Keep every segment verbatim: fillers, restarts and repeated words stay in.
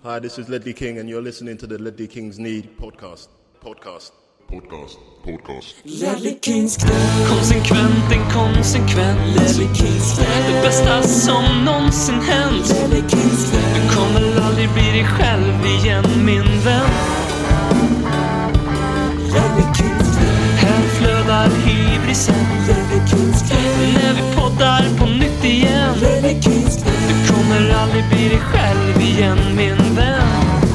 Hi, this is Ledley King and you're listening to the Ledley Kings Need podcast. Podcast. Podcast. Podcast. Ledley Kings knä. Konsekvent, inkonsekvent. Ledley Kings knä. Det bästa som någonsin hänt. Ledley Kings knä. Du kommer aldrig bli dig själv igen, min vän. Ledley Kings knä. Här flödar hybrisen. Ledley Kings knä. När vi poddar på nytt igen. Ledley Kings knä. Du kommer aldrig bli dig själv igen, min vän.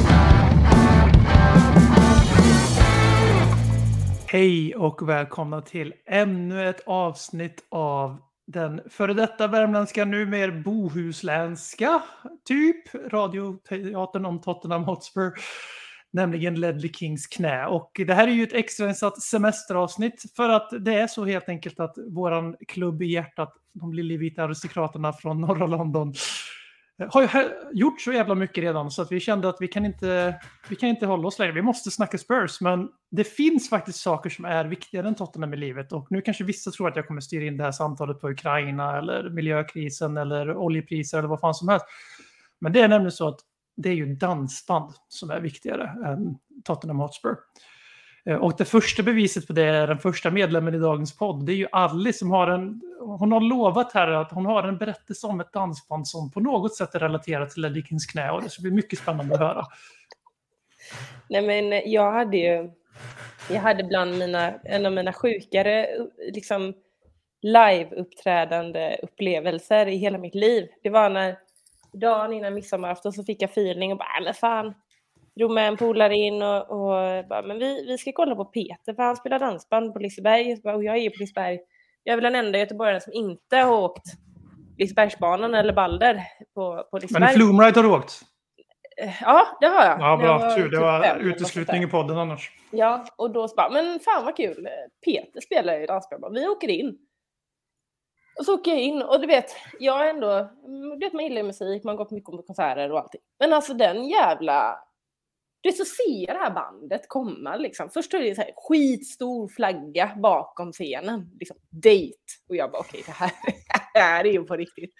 Hej och välkomna till ännu ett avsnitt av den före detta värmländska, numera bohuslänska typ radioteatern om Tottenham Hotspur, nämligen Ledley Kings knä. Och det här är ju ett extrainsatt semesteravsnitt för att det är så helt enkelt att våran klubb i hjärtat, de lillevita aristokraterna från norra London, har ju gjort så jävla mycket redan så att vi kände att vi kan inte vi kan inte hålla oss längre. Vi måste snacka Spurs, men det finns faktiskt saker som är viktigare än Tottenham i livet. Och nu kanske vissa tror att jag kommer styra in det här samtalet på Ukraina eller miljökrisen eller oljepriser eller vad fan som helst. Men det är nämligen så att det är ju dansband som är viktigare än Tottenham Hotspur. Och det första beviset på det är den första medlemmen i dagens podd. Det är ju Alice som har en... Hon har lovat här att hon har en berättelse om ett dansband som på något sätt är relaterat till Ledley Kings knä. Och det ska bli mycket spännande att höra. Nej, men jag hade ju... Jag hade bland mina... En av mina sjukare liksom, live-uppträdande upplevelser i hela mitt liv. Det var när dagen innan midsommarafton så fick jag feeling och bara, men fan... drog med en polare in och, och bara, men vi, vi ska kolla på Peter för han spelar dansband på Liseberg och jag är på Liseberg. Jag är väl den enda göteborgaren som inte har åkt Lisebergsbanan eller Balder på, på Liseberg. Men Flumride har du åkt? Ja, det har jag. Ja, bra. Det var, tur. Det var fem, uteslutning i podden annars. Ja, och då så bara, men fan vad kul. Peter spelar ju dansband. Vi åker in. Och så åker jag in och du vet, jag är ändå, du vet man gillar ju musik, man går på mycket konserter och allting. Men alltså den jävla... Du så ser det här bandet komma liksom. Först är det så här skitstor flagga bakom scenen. Liksom, date. Och jag bara, okej, okay, det, här, det här är ju på riktigt.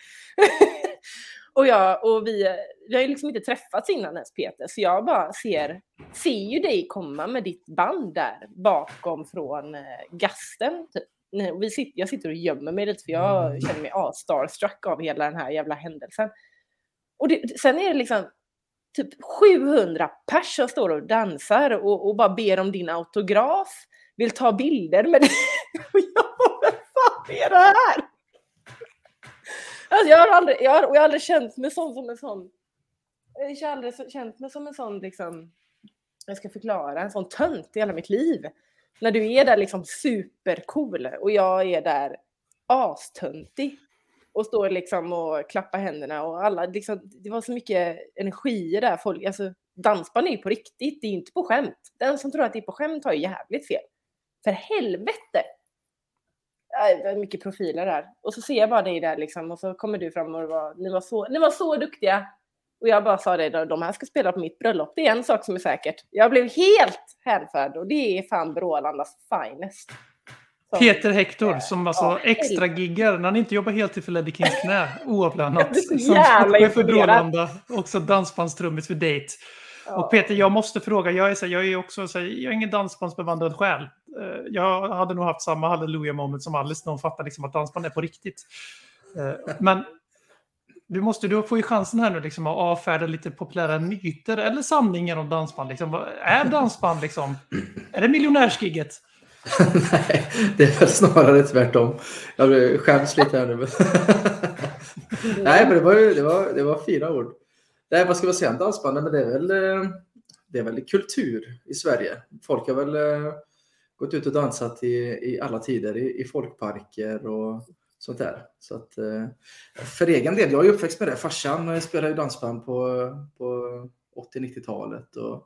och jag och vi, vi har ju liksom inte träffats innan ens, Peter. Så jag bara ser, ser ju dig komma med ditt band där bakom från eh, gasten. Typ. Och vi sitter, jag sitter och gömmer mig lite för jag känner mig ah, starstruck av hela den här jävla händelsen. Och det, sen är det liksom... typ sjuhundra personer står och dansar och, och bara ber om din autograf. Vill ta bilder med dig. Och jag bara, vad fan är det här? Alltså jag har aldrig, jag har, och jag har aldrig känt mig som, som en sån. Jag har aldrig känt mig som en sån liksom. Jag ska förklara, en sån tönt i hela mitt liv. När du är där liksom supercool och jag är där astöntig. Och står liksom och klappar händerna och alla, liksom, det var så mycket energi där. Folk, alltså, dansband är ju på riktigt, det är ju inte på skämt. Den som tror att det är på skämt har ju jävligt fel. För helvete! Det är mycket profiler där. Och så ser jag bara dig där liksom, och så kommer du fram och det var, ni, var så, ni var så duktiga. Och jag bara sa det, de här ska spela på mitt bröllop. Det är en sak som är säkert. Jag blev helt hänförd och det är fan Brålandas finest. Peter Hector som alltså ja, extra giggar när han inte jobbar helt för Ledley Kings knä oavlönat som sportchef för Brålanda, också dansbandstrummet för Date. Ja. Och Peter, jag måste fråga, jag är så jag är också så jag är ingen dansbandsbevandrad själ. Jag hade nog haft samma halleluja moment som Alice när hon fattar liksom att dansband är på riktigt. Men du måste du får ju chansen här nu liksom att avfärda lite populära myter eller sanningar om dansband liksom. Är dansband liksom är det miljonärsgigget? Nej, det är väl snarare tvärtom. Jag blev skäms lite här nu. Nej, men det var ju det var, det var fyra ord. Nej, vad ska man säga om dansbanden? Men det är väl det är väl kultur i Sverige. Folk har väl gått ut och dansat i, i alla tider i, i folkparker och sånt där. Så att för egen del, jag är uppväxt med det. Farsan spelade ju dansband på på åttio-nittiotalet och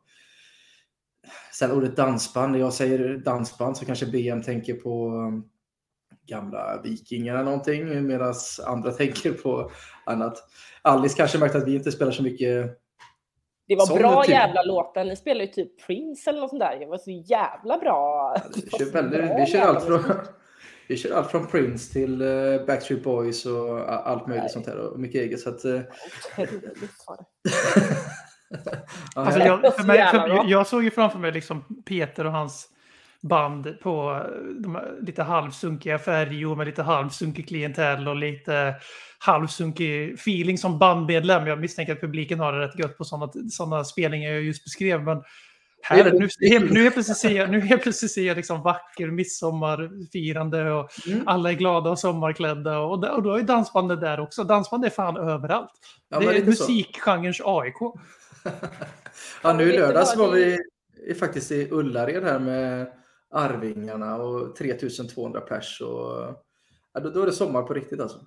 sen ordet dansband, jag säger dansband så kanske B M tänker på gamla vikingar eller någonting medan andra tänker på annat. Alice kanske märkt att vi inte spelar så mycket. Det var bra typ. Jävla låtar, ni spelar ju typ Prince eller något sånt där. Det var så jävla bra. Vi kör, väldigt, bra vi kör allt från vi kör allt från Prince till uh, Backstreet Boys och allt möjligt. Nej. Sånt här och mycket eget så att uh, Alltså jag, för mig, för, jag, jag såg ju framför mig liksom Peter och hans band på de här lite halvsunkiga färger med lite halvsunkig klientell och lite halvsunkig feeling som bandmedlem. Jag misstänker att publiken har det rätt gött på sådana, sådana spelningar jag just beskrev. Men här, nu, nu helt plötsligt ser jag, nu helt plötsligt ser jag liksom vacker midsommarfirande och mm. alla är glada och sommarklädda. Och, och då är dansbandet där också. Dansband är fan överallt. Ja, det är musikgenrens A I K. Ja, nu i lördags var vi faktiskt i Ullared här med Arvingarna och tre tusen tvåhundra pers. Och, ja, då, då är det sommar på riktigt alltså.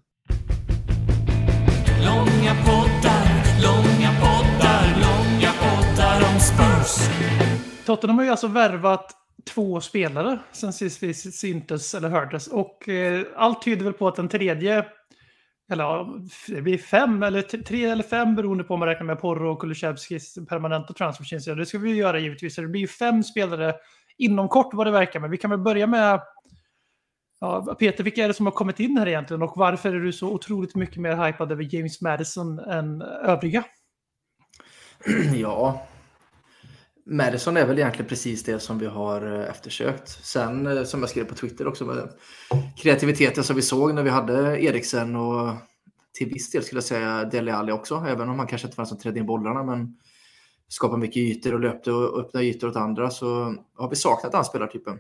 Långa poddar, långa poddar, långa poddar om Spurs. Tottenham har ju alltså värvat två spelare sen sist vi syntes eller hördes. Och eh, allt tyder väl på att den tredje, eller ja, det blir fem eller t- tre eller fem beroende på om man räknar med Porro och Kulusevskis permanenta transfertjänst. Det ska vi göra givetvis. Det blir ju fem spelare inom kort vad det verkar. Men vi kan väl börja med ja, Peter, vilka är det som har kommit in här egentligen? Och varför är du så otroligt mycket mer hypad över James Maddison än övriga? Ja, Maddison är väl egentligen precis det som vi har eftersökt. Sen som jag skrev på Twitter också med kreativiteten som vi såg när vi hade Eriksen och till viss del skulle jag säga Dele Alli också. Även om han kanske inte var som trädde in bollarna men skapade mycket ytor och löpte och öppnade ytor åt andra så har vi saknat den spelartypen.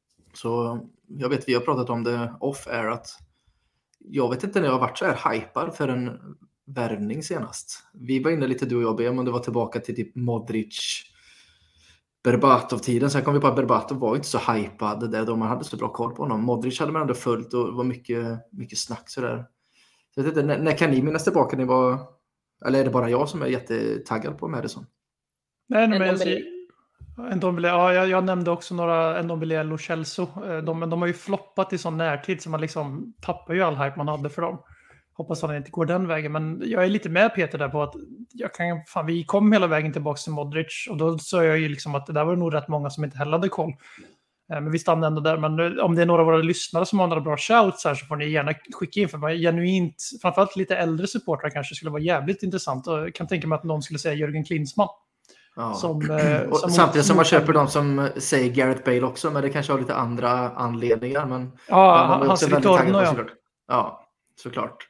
Så jag vet vi har pratat om det off-air att jag vet inte när jag har varit så här hypad för en värvning senast. Vi var inne lite du och jag B om det var tillbaka till typ Modric Berbatov-tiden. Sen kom vi på att Berbatov var inte så hypad där då man hade så bra koll på honom. Modric hade man ändå följt och var mycket, mycket snack sådär. Så jag vet inte, när, när kan ni minnas tillbaka ni var, eller är det bara jag som är jättetaggad på Maddison? Nej, nej men jag ser En Dombele, ja, jag, jag nämnde också några en Dombele Lo Celso. De, men de har ju floppat i sån närtid så man liksom tappar ju all hype man hade för dem. Hoppas att han inte går den vägen. Men jag är lite med Peter där på att jag kan, fan, vi kom hela vägen tillbaka till Modric. Och då sa jag ju liksom att det där var nog rätt många som inte heller hade koll. Men vi stannade ändå där. Men om det är några av våra lyssnare som har några bra shouts här så får ni gärna skicka in. För man genuint, framförallt lite äldre supportrar kanske skulle vara jävligt intressant. Och jag kan tänka mig att någon skulle säga Jürgen Klinsmann. Ja. Som, eh, och som samtidigt som man köper de som säger Gareth Bale också, men det kanske har lite andra anledningar. Men ja, han, hans retorno, ja. Såklart. Ja, såklart.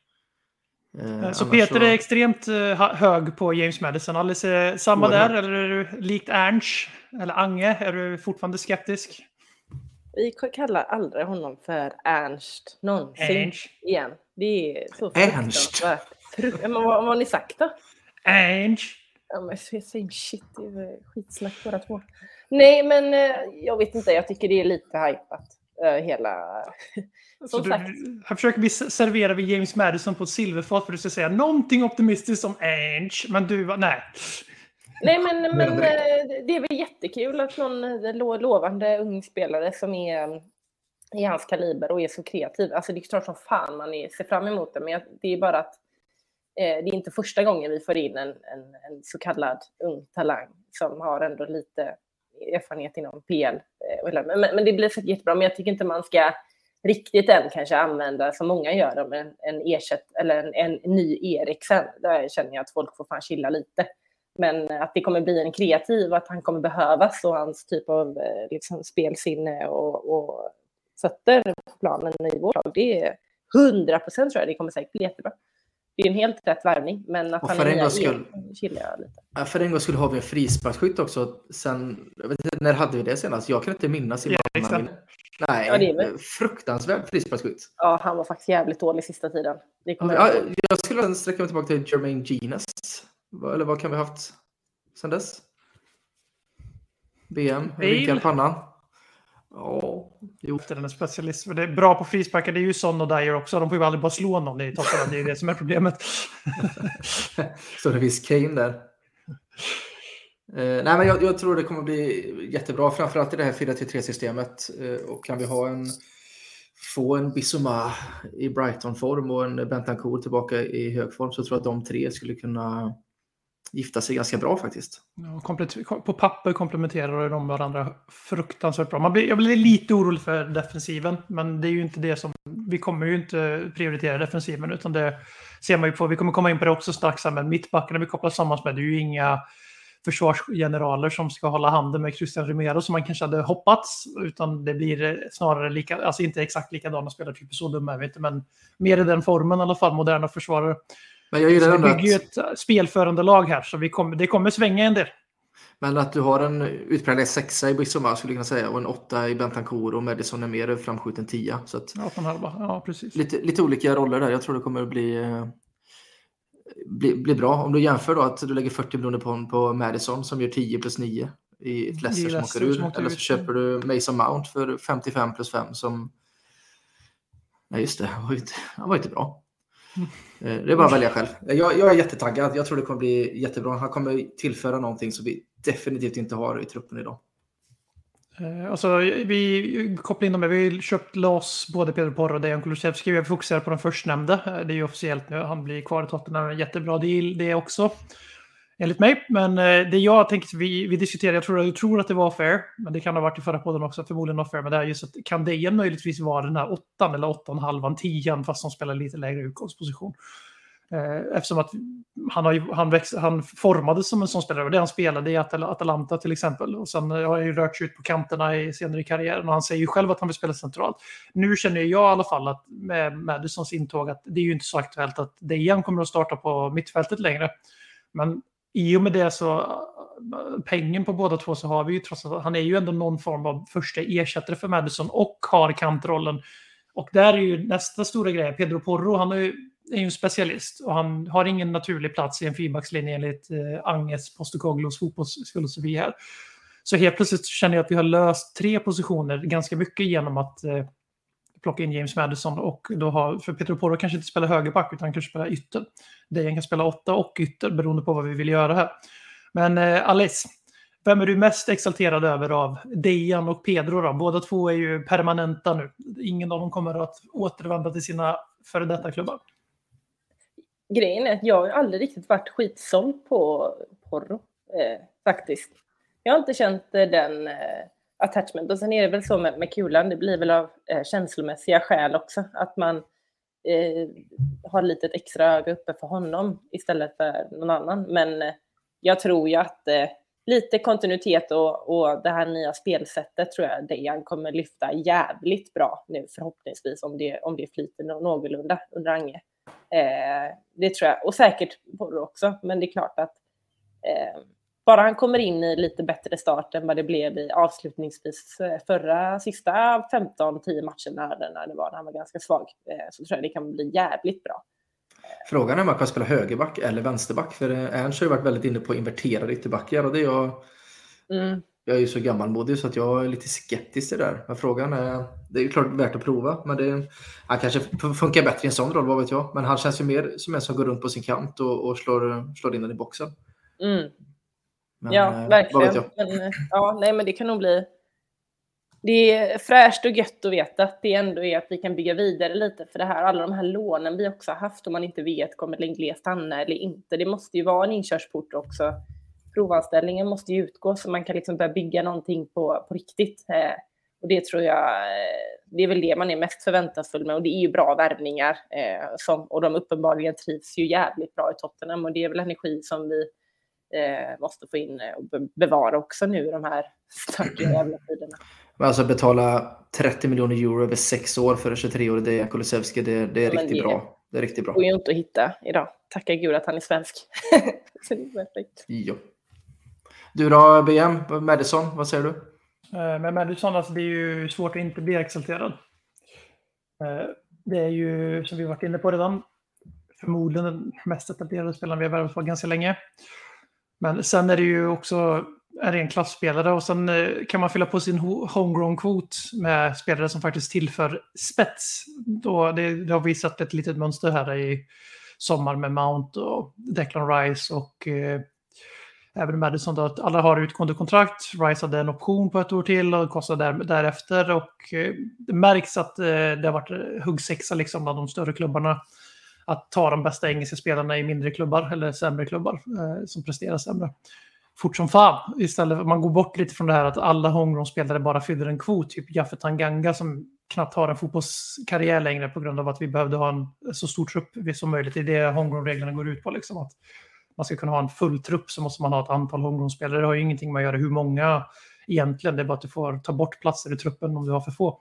Eh, så Peter så... är extremt uh, hög på James Maddison. Alldeles eh, samma oh, där, eller är du likt Ernst eller Ange? Är du fortfarande skeptisk? Vi kallar aldrig honom för Ernst någonsin Ernst. igen. Det är så Ernst. Men vad, vad har ni sagt då? Ernst. Ja, men same shit, det är skitsnack bara två. Nej, men eh, jag vet inte, jag tycker det är lite hypat eh, hela... Så du, här försöker vi servera vid James Maddison på ett silverfat för att du ska säga någonting optimistiskt om Ernst, men du var... Nej. Nej, men, men eh, det är väl jättekul att någon lo- lovande ung spelare som är i hans kaliber och är så kreativ. Alltså det är klart som fan man är, ser fram emot det, men jag, det är bara att det är inte första gången vi får in en, en, en så kallad ung talang som har ändå lite erfarenhet inom P L. Men, men det blir säkert jättebra, men jag tycker inte man ska riktigt än kanske använda som många gör om en, en ersätt eller en, en ny Eriksen. Där känner jag att folk får fan chilla lite. Men att det kommer bli en kreativ, att han kommer behövas och hans typ av liksom, spelsinne och, och fötter på planen i vårt lag, det är hundra procent tror jag. Det kommer säkert bli jättebra. Det är en helt rätt värvning, men att och han för är en gång skull chillar jag lite. Ja, för en gång skulle ha vi en frisparksskytt också sen, jag vet inte, när hade vi det senast? Jag kan inte minnas i ja, Nej, ja, det är väl... fruktansvärt frisparksskytt. Ja, han var faktiskt jävligt dålig sista tiden. Det kommer ja, jag, jag skulle sträcka mig tillbaka till Jermaine Genius. Eller vad kan vi ha haft sen dess? B M, Rickard Pannan. Ja, jo. Den är specialist. Det är bra på frisparkar. Det är ju Son och Dyer också. De får ju aldrig bara slå någon i toppen. Det är det som är problemet. Så det finns Kane där. Eh, nej, men jag, jag tror det kommer bli jättebra. Framförallt i det här fyra tre tre-systemet. Eh, och kan vi ha en få en Bissouma i Brighton-form och en Bentancur tillbaka i hög form, så tror jag att de tre skulle kunna gifta sig ganska bra faktiskt. Ja, på papper komplementerar de varandra fruktansvärt bra. Man blir, jag blir lite orolig för defensiven, men det är ju inte det som... Vi kommer ju inte prioritera defensiven, utan det ser man ju på... Vi kommer komma in på det också strax, men mittbackarna vi kopplar samman med, det är ju inga försvarsgeneraler som ska hålla handen med Christian Romero som man kanske hade hoppats, utan det blir snarare lika, alltså inte exakt likadana spelartyper, så dumma är vi inte, men mer i den formen i alla fall, moderna försvarare. Men jag gillar så vi att... bygger ju ett spelförande lag här, så vi kommer, det kommer svänga en del. Men att du har en utpräglad sexa i Bissoma skulle jag kunna säga, och en åtta i Bentancur, och Madison är mer framskjuten tia. Så att åtta komma fem, ja, precis. Lite, lite olika roller där. Jag tror det kommer att bli, bli, bli bra. Om du jämför då att du lägger fyrtio miljoner på, på Madison som gör tio plus nio i ett Leicester som åker ur. Eller så köper du Mason Mount för femtiofem plus fem som... Nej just det, han var ju inte, han var inte bra. Mm. Det är bara att välja själv. Jag, jag är jättetaggad. Jag tror det kommer bli jättebra. Han kommer tillföra någonting som vi definitivt inte har i truppen idag. Eh, alltså, vi kopplar in dem. Vi har köpt loss både Pedro Porro och Dejan Kulusevski. Vi fokuserar på den förstnämnda. Det är ju officiellt nu. Han blir kvar i Tottenham. En jättebra deal det också. Enligt mig. Men det jag tänkte vi, vi diskuterade, jag tror, jag tror att det var fair. Men det kan ha varit i förra podden också. Förmodligen var fair. Men det är just att kan Dejan möjligtvis vara den här åttan eller åttan och halvan, tian fast som spelar lite lägre utgångsposition. Eftersom att han, har ju, han, växt, han formades som en sån spelare. Det han spelade i Atal- Atalanta till exempel. Och sen har han ju rört sig ut på kanterna i, senare i karriären. Och han säger ju själv att han vill spela centralt. Nu känner jag i alla fall att med Madisons intåg att det är ju inte så aktuellt att Dejan kommer att starta på mittfältet längre. Men i och med det så pengen på båda två så har vi ju trots att han är ju ändå någon form av första ersättare för Madison och har kantrollen. Och där är ju nästa stora grej. Pedro Porro, han är ju är ju en specialist och han har ingen naturlig plats i en fyrbackslinje enligt eh, Agnes Postecoglou's fotbollsfilosofi här. Så helt plötsligt känner jag att vi har löst tre positioner ganska mycket genom att eh, plocka in James Madison och då har, för Pedro Porro kanske inte spelar högerback utan kanske spelar ytter. Dejan kan spela åtta och ytter beroende på vad vi vill göra här. Men eh, Alice, vem är du mest exalterad över av Dejan och Pedro då? Båda två är ju permanenta nu. Ingen av dem kommer att återvända till sina före detta klubbar. Grejen är att jag har aldrig riktigt varit skitsåld på Porro, eh, faktiskt. Jag har inte känt eh, den eh, attachment. Och sen är det väl så med, med kulan, det blir väl av eh, känslomässiga skäl också. Att man eh, har lite ett extra öga uppe för honom istället för någon annan. Men eh, jag tror ju att eh, lite kontinuitet och, och det här nya spelsättet tror jag Dejan kommer lyfta jävligt bra nu förhoppningsvis om det, om det flyter någorlunda under Ange. Eh, det tror jag, och säkert på det också, men det är klart att eh, bara han kommer in i lite bättre start än vad det blev i avslutningsvis förra sista femton tio matcherna när det var när han var ganska svag, eh, så tror jag det kan bli jävligt bra. Frågan är om man kan spela högerback eller vänsterback, för Ernst har ju varit väldigt inne på inverterade ytterbackar och det är jag mm. jag är ju så gammalmodig så att jag är lite skeptisk till det där. Men frågan är, det är ju klart värt att prova. Men det, han kanske funkar bättre i en sån roll, vad vet jag. Men han känns ju mer som en som går runt på sin kant och, och slår, slår in den i boxen. Mm. Men, ja, eh, verkligen. Men, ja, nej, men det kan nog bli... Det är fräscht och gött att veta att det ändå är att vi kan bygga vidare lite. För det här, alla de här lånen vi också har haft och man inte vet kommer Lenglet stanna eller inte. Det måste ju vara en inkörsport också. Provanställningen måste ju utgå så man kan liksom börja bygga någonting på, på riktigt. Eh, och det tror jag, eh, det är väl det man är mest förväntansfull med. Och det är ju bra värvningar eh, som, och de uppenbarligen trivs ju jävligt bra i Tottenham. Och det är väl energi som vi eh, måste få in och be- bevara också nu i de här stökiga jävla tiderna. Alltså betala trettio miljoner euro över sex år för en tjugotre-årig Dejan Kulusevski, det, det är ja, riktigt det, bra. Det är riktigt bra. Det går ju inte att hitta idag. Tacka gud att han är svensk. Så det är perfekt. Ja. Du då, B M, Madison, vad säger du? Med Madison, alltså det är ju svårt att inte bli exalterad. Det är ju, som vi varit inne på redan, förmodligen den mest etablerade spelaren vi har värvat på ganska länge. Men sen är det ju också en ren klassspelare och sen kan man fylla på sin homegrown-kvot med spelare som faktiskt tillför spets. Då det, det har vi sett ett litet mönster här i sommar med Mount och Declan Rice och eh, även Madison då, att alla har utgående kontrakt. Rice hade en option på ett år till och kostade där, därefter och eh, det märks att eh, det har varit huggsexa liksom bland de större klubbarna att ta de bästa engelska spelarna i mindre klubbar eller sämre klubbar eh, som presterar sämre. Fort som fan. Istället man går bort lite från det här att alla homegrown-spelare bara fyller en kvot. Typ Jaffe Tanganga som knappt har en fotbollskarriär längre på grund av att vi behövde ha en så stor trupp som möjligt. Det är det homegrown-reglerna går ut på. Liksom, att man ska kunna ha en full trupp så måste man ha ett antal homegrown-spelare. Det har ju ingenting med att göra hur många egentligen. Det är bara att du får ta bort platser i truppen om du har för få.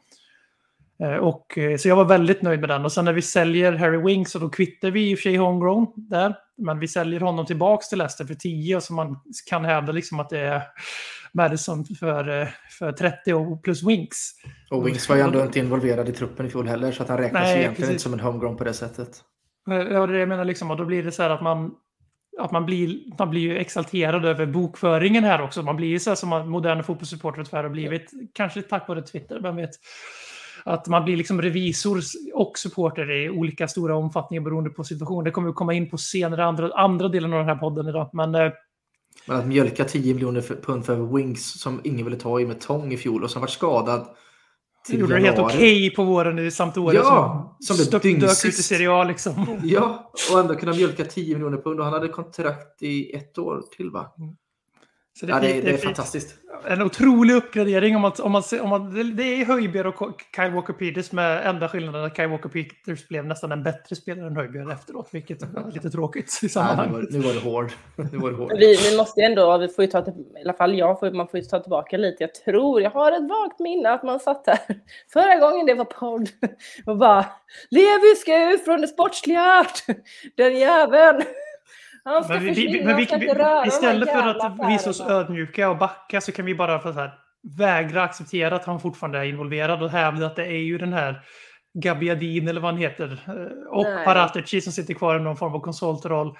Och, så jag var väldigt nöjd med den. Och sen när vi säljer Harry Winks, så då kvittar vi i och för sig homegrown där. Men vi säljer honom tillbaks till Leicester för tio, så man kan hävda liksom att det är Maddison för, för trettio plus Winks. Och Winks var ju ändå inte involverad i truppen i fjol heller, så att han räknas Nej, egentligen precis. inte som en homegrown på det sättet. Ja, det jag menar liksom, och då blir det så här att man att man blir, man blir ju exalterad över bokföringen här också. Man blir ju så här som man, moderna fotbollssupporter tyvärr har blivit, kanske tack vare Twitter, vem vet. Att man blir liksom revisor och supporter i olika stora omfattningar beroende på situation. Det kommer vi komma in på senare, andra, andra delen av den här podden idag. Men, eh, Men att mjölka tio miljoner pund för Winks som ingen ville ta i med tång i fjol och som var skadad till gjorde det helt okej okay på våren i Sampdoria. Ja, som, som det dök ut i Serie A liksom. Ja, och ändå kunna mjölka tio miljoner pund och han hade kontrakt i ett år till, va? Mm. Så det, ja, det, det, det är fantastiskt. En otrolig uppgradering om man, om man, om man, det, det är Højbjerg och Kyle Walker-Peters med enda skillnaden att Kyle Walker-Peters blev nästan en bättre spelare än Højbjerg efteråt, vilket var lite tråkigt i sammanhanget. Nej, nu, var, nu var det hård. Nu var det hård. Vi, vi måste ändå, vi får ju ta till, i alla fall jag, får, man får ju ta tillbaka lite. Jag tror, jag har ett vagt minne att man satt här förra gången det var podd och bara, Levi ska ut från det sportsliga, den jäveln. Men vi, vi, men vi, vi, istället för att visa oss ödmjuka och backa så kan vi bara för så här, vägra acceptera att han fortfarande är involverad och hävda att det är ju den här Gabbiadin eller vad han heter och Paratici som sitter kvar i någon form av konsultroll.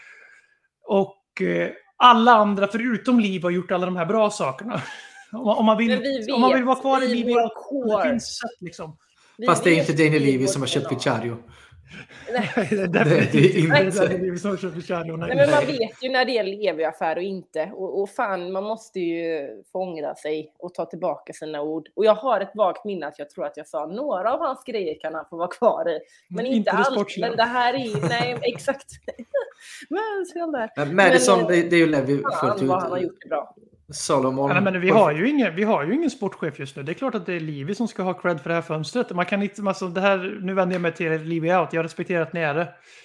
Och eh, alla andra förutom Liv har gjort alla de här bra sakerna. Om, om, man, vill, vet, om man vill vara kvar i Liv, det finns sätt liksom. Fast det är inte Daniel Levy som har köpt Vicario. Nej. det är det är inte det som köper kärlor. Nej, men man vet ju när det är Levi-affär och inte. Och, och fan, man måste ju fånga sig och ta tillbaka sina ord. Och jag har ett vagt minne att jag tror att jag sa några av hans grejer kan han få vara kvar i. Men, men inte, inte allt. Men det här är ju, nej, exakt. men så där. Men Madison, men, det, det är ju Levi fullt ut. Vad han har gjort det bra. Solomon. Ja, men vi har ju ingen vi har ju ingen sportchef just nu. Det är klart att det är Livi som ska ha cred för det här fönstret. Man kan inte alltså det här nu vänder jag mig till Livi out. Jag respekterar att ni är det.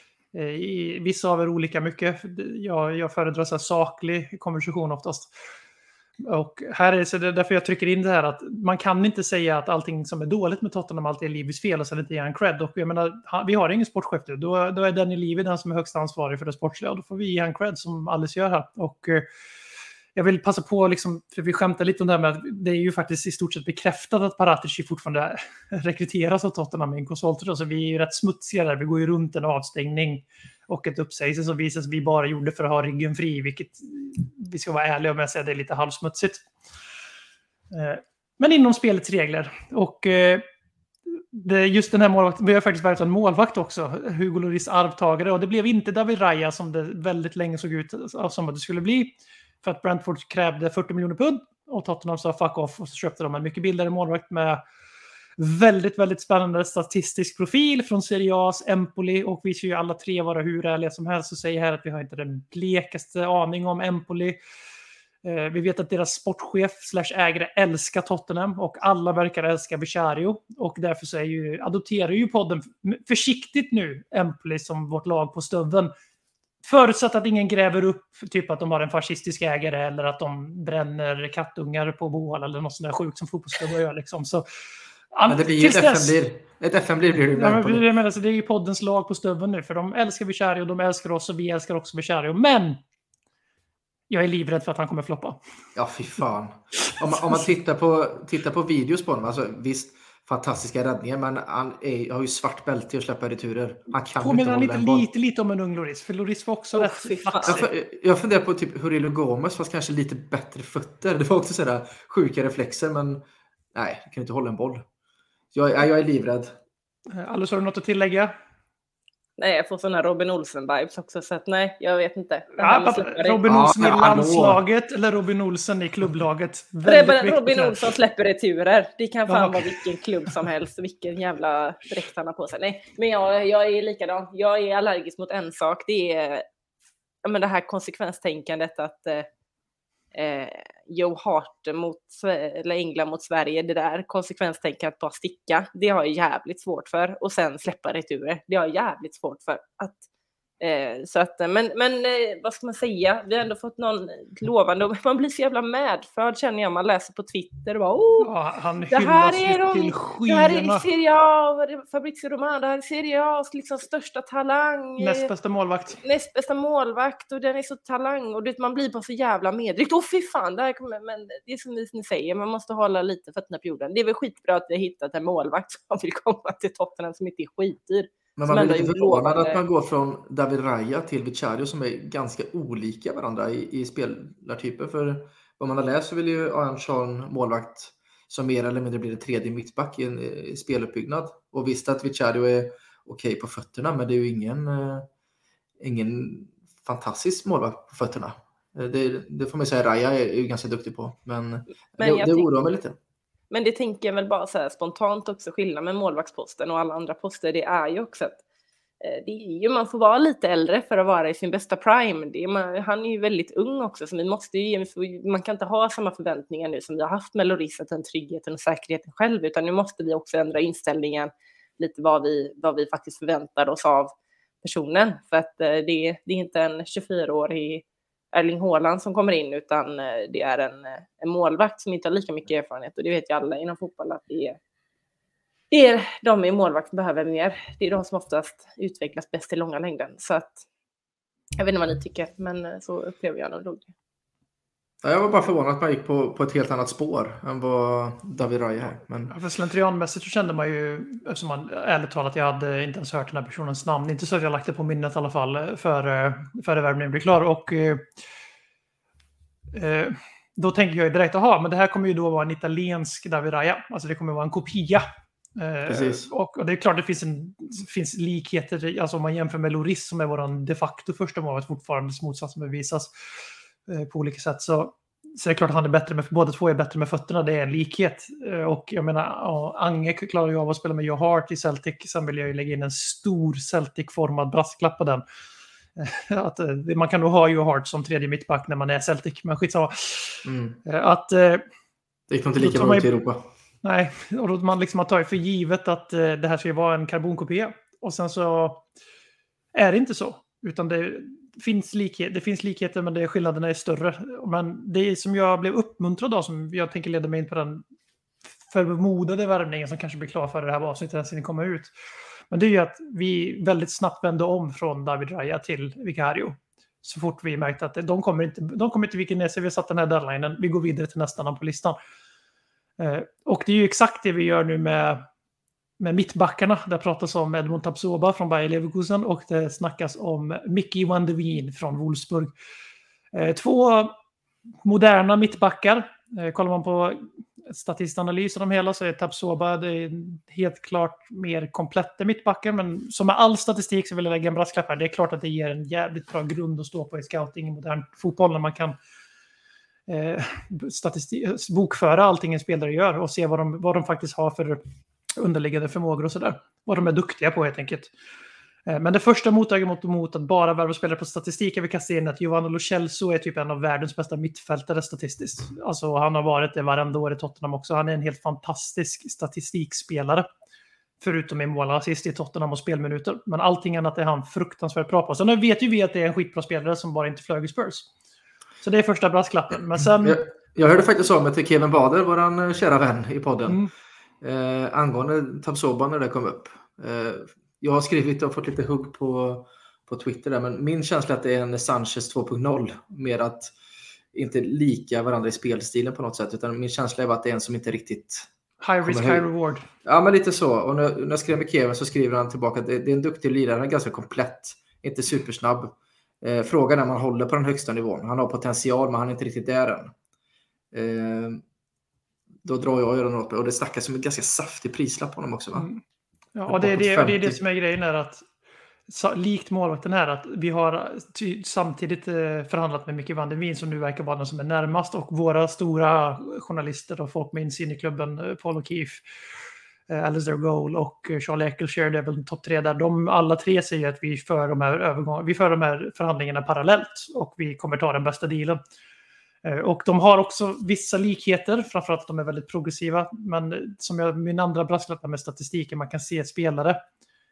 I vissa av er olika mycket. Jag jag föredrar så här saklig konversation oftast. Och här är så det är därför jag trycker in det här att man kan inte säga att allting som är dåligt med Tottenham alltid är Livis fel och så inte ge en cred. Och jag menar, vi har ingen sportchef nu. Då då är Daniel Levy den som är högst ansvarig för det sportsliga och då får vi ge en cred som Alice gör här. Och jag vill passa på, liksom, för vi skämtar lite om det här med att det är ju faktiskt i stort sett bekräftat att Paratici fortfarande rekryteras av Tottenham med en konsulter. Så vi är ju rätt smutsiga där. Vi går ju runt en avstängning och ett uppsägelse som visar att vi bara gjorde för att ha ryggen fri, vilket vi ska vara ärliga med att säga det är lite halvsmutsigt. Men inom spelets regler. Och det är just den här målvakten, vi har faktiskt varit en målvakt också, Hugo Lloris arvtagare, och det blev inte David Raya som det väldigt länge såg ut som att det skulle bli. För att Brentford krävde fyrtio miljoner pund och Tottenham sa fuck off och så köpte de en mycket billigare målvakt med väldigt, väldigt spännande statistisk profil från Serie A's Empoli, och vi ska ju alla tre vara hur ärliga som helst och säga här att vi har inte den blekaste aning om Empoli. Eh, vi vet att deras sportchef slash ägare älskar Tottenham och alla verkar älska Vicario, och därför så är ju, adopterar ju podden försiktigt nu Empoli som vårt lag på stöveln. Förutsatt att ingen gräver upp typ att de har en fascistisk ägare eller att de bränner kattungar på Bohol eller något sånt där sjukt som fotbollsklubbar gör liksom. Så, ja, det blir ju ett F M blir ett F M blir blir det. Ja, men, det, men, alltså, det är ju poddens lag på stöveln nu, för de älskar Vicario och de älskar oss och vi älskar också Vicario. Men jag är livrädd för att han kommer floppa. Ja, fy fan. Om man, om man tittar på tittar på videos på honom, alltså visst fantastiska räddningar, men han är, har ju svart bälte och släpper returer. Han kan Påminner inte han hålla lite, en lite, lite om en ung Lloris, för Lloris var också oh, rätt flaxig. Jag, jag funderar på typ Hurilo Gomes, fast kanske lite bättre fötter. Det var också sådär sjuka reflexer, men nej, jag kan inte hålla en boll. Jag, jag, jag är livrädd. Alice, har du något att tillägga? Nej, jag får sådana Robin Olsen-vibes också, så att nej, jag vet inte. Ja, Robin Olsen ja, i landslaget eller Robin Olsen i klubblaget? Robin, Robin Olsen släpper returer. Det kan fan ja. vara vilken klubb som helst, vilken jävla dräkt han har på sig. Nej, men jag, jag är likadan. Jag är allergisk mot en sak. Det är ja, men det här konsekvenstänkandet att eh, Joe Hart mot eller England mot Sverige, det där konsekvenstänkandet bara sticka, det har jag jävligt svårt för, och sen släppa returer, det har jag jävligt svårt för. Att Eh, så att, men, men eh, vad ska man säga? Vi har ändå fått någon lovande. Man blir så jävla medförd känner jag. Man läser på Twitter och bara, oh, Ja, han det här hyllas är ju de, till det här är skyarna. Serie A, Fabrizio Romano, det här är Serie A's liksom största talang. Näst bästa målvakt. Näst bästa målvakt och den är så talang och det, man blir bara så jävla medryckt. Åh fy fan, det här kommer, men det är som ni säger, man måste hålla lite fötterna på jorden. Det är väl skitbra att vi har hittat en målvakt som vill komma till Tottenham som inte är skitdyr. Men Som man blir ändå lite är förvånad lovande. att man går från David Raya till Vicario som är ganska olika varandra i, i spelartyper. För vad man har läst så vill ju Arnsson målvakt som mer eller mindre blir det tredje mittback i en i speluppbyggnad. Och visst att Vicario är okej på fötterna, men det är ju ingen, eh, ingen fantastisk målvakt på fötterna. Det, det får man säga, Raya är ju ganska duktig på. Men, Men det, det oroar mig lite. Men det tänker jag väl bara så här spontant också, skillnad med målvaktsposten och alla andra poster, det är ju också att eh, det är ju, man får vara lite äldre för att vara i sin bästa prime. Det är, man, han är ju väldigt ung också, så vi måste ju, man kan inte ha samma förväntningar nu som vi har haft med Lloris, att den tryggheten och säkerheten själv, utan nu måste vi också ändra inställningen lite vad vi, vad vi faktiskt förväntar oss av personen. För att eh, det, det är inte en tjugofyraårig Erling Haaland som kommer in, utan det är en, en målvakt som inte har lika mycket erfarenhet, och det vet ju alla inom fotboll att det är, det är de i målvakt som behöver mer. Det är de som oftast utvecklas bäst i långa längden. Så att jag vet inte vad ni tycker, men så upplever jag nog det. Ja, jag var bara förvånad att man gick på, på ett helt annat spår än vad David Raya är. Men... Ja, för slentrianmässigt så kände man ju, eftersom man ärligt talat, jag hade inte ens hört den här personens namn. Inte så att jag lagt det på minnet i alla fall före för värvningen blev klar. Och eh, eh, då tänker jag direkt, aha, men det här kommer ju då vara en italiensk David Raya. Alltså det kommer vara en kopia. Eh, Precis. och, och det är klart det finns, en, finns likheter, alltså om man jämför med Lloris som är våran de facto första målet fortfarande, motsatsen bevisas eh, på olika sätt, så Så det är klart att han är bättre med, båda två är bättre med fötterna, det är en likhet. Och jag menar, ja, Ange klarar ju av att spela med Joe Hart i Celtic, sen vill jag ju lägga in en stor Celtic-formad brasklapp på den. Att, man kan nog ha Joe Hart som tredje mittback när man är Celtic, men skitsamma. Mm. Att, det gick nog inte lika bra ut i Europa. Nej, och då man liksom har tagit för givet att det här ska vara en karbonkopia. Och sen så är det inte så, utan det finns likhet, det finns likheter, men det, skillnaderna är större. Men det som jag blev uppmuntrad av, som jag tänker leda mig in på den förmodade värvningen som kanske blir klar för det här avsnittet ens när det kommer ut. Men det är ju att vi väldigt snabbt vände om från David Raya till Vicario. Så fort vi märkte att de kommer inte, de kommer inte vika ner sig, vi har satt den här deadlinen, vi går vidare till nästa namn på listan. Eh, och det är ju exakt det vi gör nu med med mittbackarna. Det pratas om Edmond Tapsoba från Bayer Leverkusen och det snackas om Mickey van de Wien från Wolfsburg. Eh, två moderna mittbackar. Eh, kollar man på statistanalysen om hela så är Tapsoba det är helt klart mer kompletta mittbackar, men som med all statistik så vill jag lägga en brasklapp här. Det är klart att det ger en jävligt bra grund att stå på i scouting i modern fotboll när man kan eh, statistik, bokföra allting en spelare gör och se vad de, vad de faktiskt har för underliggande förmågor och sådär. Vad de är duktiga på helt enkelt. Men det första motargumentet mot att bara värva spelare på statistik är vi kastar in att Giovanni Lo Celso är typ en av världens bästa mittfältare statistiskt. Alltså han har varit det varenda år i Tottenham också. Han är en helt fantastisk statistikspelare. Förutom i mål och assist i Tottenham och spelminuter. Men allting annat är han fruktansvärt bra på. Sen vet ju vi att det är en skitbra spelare som bara inte flög i Spurs. Så det är första brasklappen. Men sen... jag, jag hörde faktiskt om det till Kevin Bader, våran kära vän i podden. Mm. Eh, angående Tapsoba när det kom upp. Eh, jag har skrivit och fått lite hugg på, på Twitter där, men min känsla är att det är en Sanchez två punkt noll, mer att inte lika varandra i spelstilen på något sätt, utan min känsla är att det är en som inte riktigt high risk, high reward. Ja, men lite så. Och när, när jag skrev med Kevin så skriver han tillbaka att det, det är en duktig lirare, han är ganska komplett, inte supersnabb. Eh, frågan är om man håller på den högsta nivån. Han har potential, men han är inte riktigt där än. Eh, Då drar jag öronen åt mig. Och det snackas som en ganska saftig prislapp på honom också, va? Mm. Ja, och det är det, det är det som är grejen är att så, likt målvakten här att vi har ty, samtidigt eh, förhandlat med Mickey van de Wien som nu verkar vara den som är närmast, och våra stora journalister och folk med insyn i klubben, eh, Paul O'Keefe, eh, Alistair Goal och eh, Charlie Eccleshare, det är väl topp tre där. De alla tre säger att vi för de här övergång, vi för de här förhandlingarna parallellt och vi kommer ta den bästa dealen. Och de har också vissa likheter, framförallt att de är väldigt progressiva. Men som jag, min andra brasklapp med statistiken, man kan se spelare.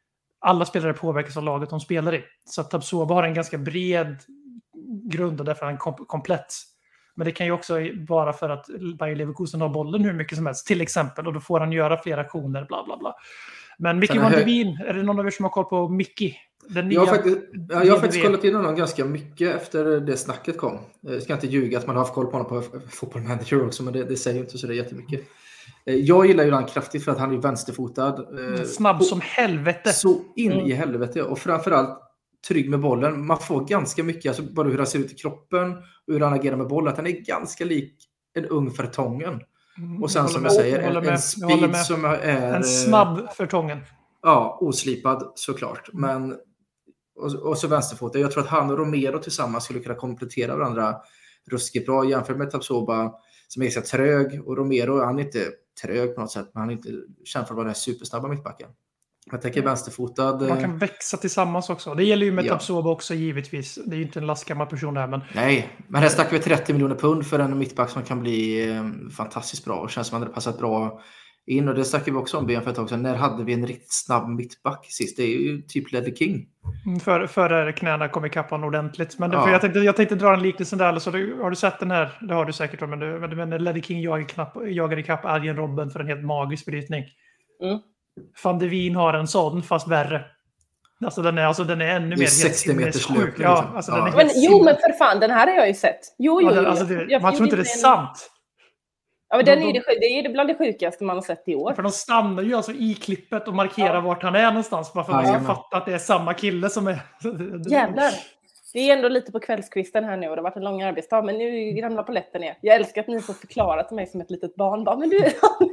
alla spelare påverkas av laget de spelar i. Så att Tapsoba har en ganska bred grund och därför är han kom- komplett. Men det kan ju också vara för att Bayer Leverkusen har bollen hur mycket som helst, till exempel. Och då får han göra fler aktioner, bla bla bla. Men Mickey van de Wien, är det någon av er som har koll på Mickey? Den nya jag har faktiskt, jag har faktiskt kollat in honom ganska mycket efter det snacket kom. Jag ska inte ljuga att man har haft koll på honom på Football Manager också, men det, det säger inte så det är jättemycket. Jag gillar ju han kraftigt för att han är vänsterfotad. Snabb och, som helvete. Så in mm. i helvete. Och framförallt trygg med bollen. Man får ganska mycket, alltså bara hur han ser ut i kroppen och hur han agerar med bollen. Att han är ganska lik en ung Fertongen. Och sen som jag säger, en, en speed som är... En snabb Fertongen. Ja, oslipad såklart. Men, och, och så vänsterfotad. Jag tror att han och Romero tillsammans skulle kunna komplettera varandra ruskigt bra. Jämfört med Tapsoba som är ganska trög. Och Romero, han är inte trög på något sätt. Men han är inte känd för att vara den supersnabba mittbacken. Jag tänker vänsterfotad. Man kan växa tillsammans också. Det gäller ju med ja. Tapsoba också givetvis. Det är ju inte en lastgammal person där. Men... Nej, men här snackar vi trettio miljoner pund för en mittback som kan bli eh, fantastiskt bra. Och känns som att det hade passat bra in. Och det snackar vi också om B N för ett tag sedan. När hade vi en riktigt snabb mittback sist? Det är ju typ Ledley King. Före för knäna kom i kappan ordentligt. Men det, ja. för jag, tänkte, jag tänkte dra en liknelse där. Så du, har du sett den här? Det har du säkert. Men, du, men, men Ledley King jagar, knapp, jagar i kapp Arjen Robben för en helt magisk brytning. Mm. Van de Wien har en sån fast värre. Alltså den är, alltså den är ännu det är mer sextio meters löp. Ja, alltså ja. Den är men, jo, men för fan, den här har jag ju sett. Jo, jo, ja, den, alltså det, jag, man tror inte det är sant. Ja, men den är det, det är bland det sjukaste man har sett i år. För de stannar ju alltså i klippet och markerar ja. vart han är någonstans. Bara för att man ska fatta att det är samma kille som är... Jävlar. Det är ändå lite på kvällskvisten här nu och det har varit en lång arbetsdag. Men nu ramlar polletten ner. Jag älskar att ni får förklara till mig som ett litet barn. Bara, men du...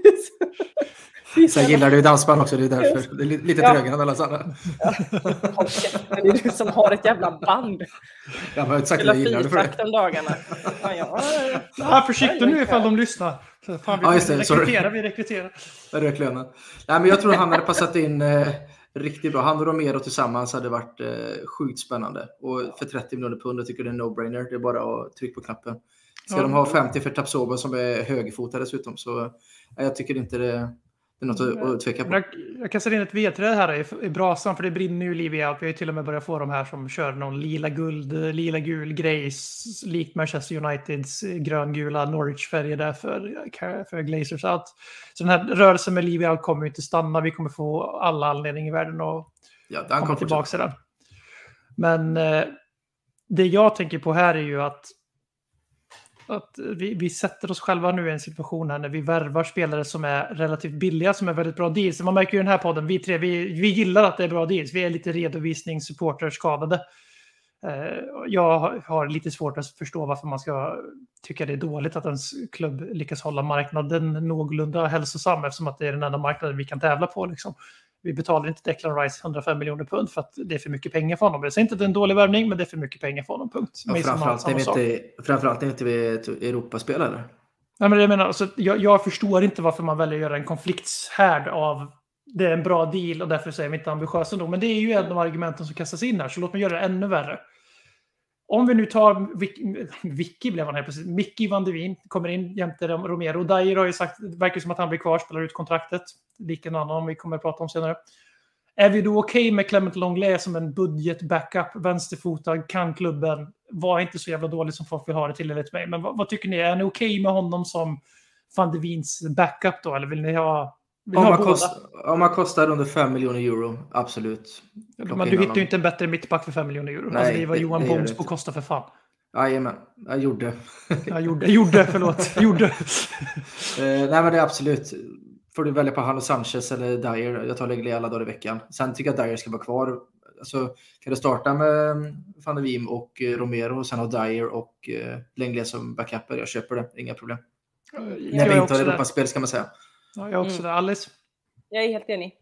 Sen gillar du dansband också, det är därför. Det är lite ja. trögare än alla andra. Ja. Det är du som har ett jävla band. Jag har sagt att jag gillar det för det. De dagarna. Ja, ja. Ja, försiktigt nu ifall de lyssnar. Fan, vi, ja, just det, rekryterar, vi rekryterar. Röklönen. Nej, men jag tror att han hade passat in eh, riktigt bra. Han och Romero tillsammans hade varit eh, sjukt spännande. Och för trettio miljoner pund, jag tycker det är en no-brainer. Det är bara att trycka på knappen. Ska ja. de ha femtio för Tapsoba som är högerfotad dessutom, så eh, jag tycker inte det... Det är något att, att tveka på. Jag, jag kan sätta in ett vedträd här i, i brasan, för det brinner ju liv i allt. Vi har ju till och med börjat få de här som kör någon lila guld, lila gul grejs, likt Manchester Uniteds gröngula Norwich-färger där för, för Glazers. Allt. Så den här rörelsen med liv i allt kommer ju inte stanna. Vi kommer få alla anledningar i världen att ja, komma kommer tillbaka till den. Men eh, det jag tänker på här är ju att att vi, vi sätter oss själva nu i en situation här när vi värvar spelare som är relativt billiga, som är väldigt bra deals. Man märker ju i den här podden, vi tre, vi, vi gillar att det är bra deals. Vi är lite redovisningssupporter skadade. Eh, jag har lite svårt att förstå varför man ska tycka det är dåligt att ens klubb lyckas hålla marknaden någorlunda hälsosam, eftersom att det är den enda marknaden vi kan tävla på. Liksom. Vi betalar inte Declan Rice hundrafem miljoner pund för att det är för mycket pengar för honom. Det är inte att det är en dålig värvning, men det är för mycket pengar för honom, punkt. Ja, framförallt, är inte, framförallt är inte vi ett Europaspelare. Nej, men jag menar, alltså, jag, jag förstår inte varför man väljer att göra en konfliktshärd av det är en bra deal och därför säger vi inte ambitiösa nog. Men det är ju en av argumenten som kastas in här, så låt mig göra det ännu värre. Om vi nu tar Vicky, Vicky blev han här precis, Mickey van de Wien kommer in jämte Romero. Dyer har ju sagt, det verkar som att han blir kvar, spelar ut kontraktet. Liken annan om vi kommer att prata om senare. Är vi då okej okay med Clement Longley som en budget-backup, vänsterfotad, kan klubben, var inte så jävla dålig som folk vill ha det till enligt mig. Men vad, vad tycker ni? Är ni okej okay med honom som van de Wiens backup då? Eller vill ni ha... Vill om, ha man kost, om man kostar under fem miljoner euro, absolut. Men du hittar ju inte en bättre mittback för fem miljoner euro. Nej, alltså det var det, Johan det Bones på kosta för fan. Jajamän, jag gjorde. jag gjorde, jag gjorde, förlåt. Jag gjorde. uh, nej men det är absolut. Får du välja på han och Sanchez eller Dyer. Jag tar Legley alla dagar i veckan. Sen tycker jag att Dyer ska vara kvar. Alltså, kan du starta med van de Wien och Romero och sen ha Dyer och uh, Legley som backuper. Jag köper det, inga problem. Uh, När vi inte har Europaspel ska man säga. Ja, jag också mm. det. Alice? Jag är helt enig.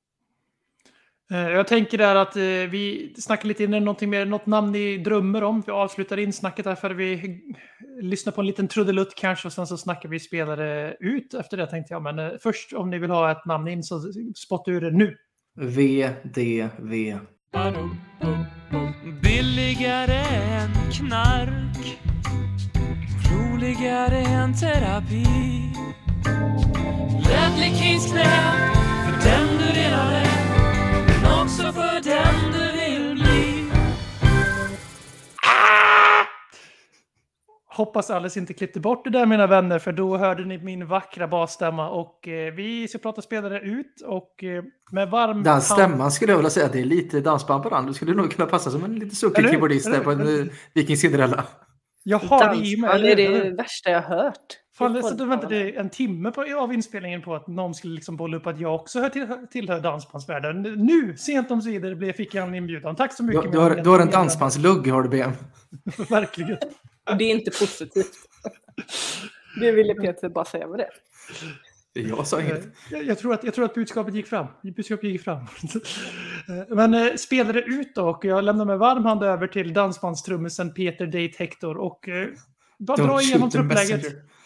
Jag tänker där att vi snackar lite innan någonting mer, något namn ni drömmer om. Vi avslutar in snacket där för vi lyssnar på en liten trudelutt kanske och sen så snackar vi spelare ut efter det tänkte jag. Men först om ni vill ha ett namn in så spotta ur det nu. V D V. Billigare än knark, roligare än terapi. Ledley Kings knä, för den du redan är, men också för Hoppas Alice inte klippte bort det där, mina vänner, för då hörde ni min vackra basstämma. Och eh, vi ska prata spelare ut och eh, med varm... Den stämman skulle jag vilja säga att det är lite dansband på den. Du skulle nog kunna passa som en lite suckig keyboardist där på en uh, Viking Cinderella. Jag har det i mig. Dansband är det värsta jag har hört. Fan, det, så du väntade en timme på, av inspelningen på att någon skulle liksom bolla upp att jag också hör till, tillhör dansbandsvärlden. Nu, sent om sidor, blev, fick jag en inbjudan. Tack så mycket. Du, du, har, du har en dansbandslugg, har du B M. Verkligen. Och det är inte positivt. Det ville Peter bara säga med det. Jag sa inget. Jag, jag, tror att, jag tror att budskapet gick fram. Budskapet gick fram. Men eh, spelade ut då, och jag lämnar med varm hand över till dansbandstrummisen Peter Date Hector och eh, bara dra igenom truppläget.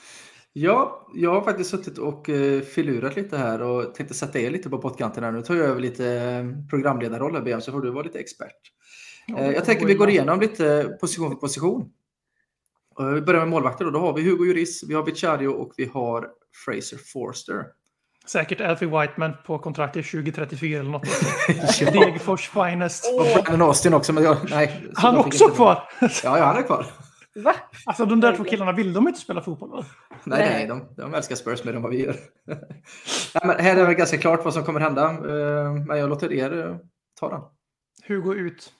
Ja, jag har faktiskt suttit och uh, filurat lite här och tänkte sätta er lite på pottkanten här. Nu tar jag över lite uh, programledarroller, B M, så får du vara lite expert. Uh, jag tänker vi går igenom lite position för position. Uh, vi börjar med målvakter då. Då har vi Hugo Lloris, vi har Vicario och vi har Fraser Forster. Säkert Alfie Whiteman på kontrakt i tjugo trettiofyra eller något. Ja. Degerfors finest. Och Brandon Austin också. Men jag, nej, han är också kvar. Ja, ja, han är kvar. Va? Alltså de där två killarna, vill de inte spela fotboll? Va? Nej, nej, nej de, de älskar Spurs mer än vad vi gör. Nej, men här är det ganska klart vad som kommer hända. Men jag låter er ta den. Hugo ut.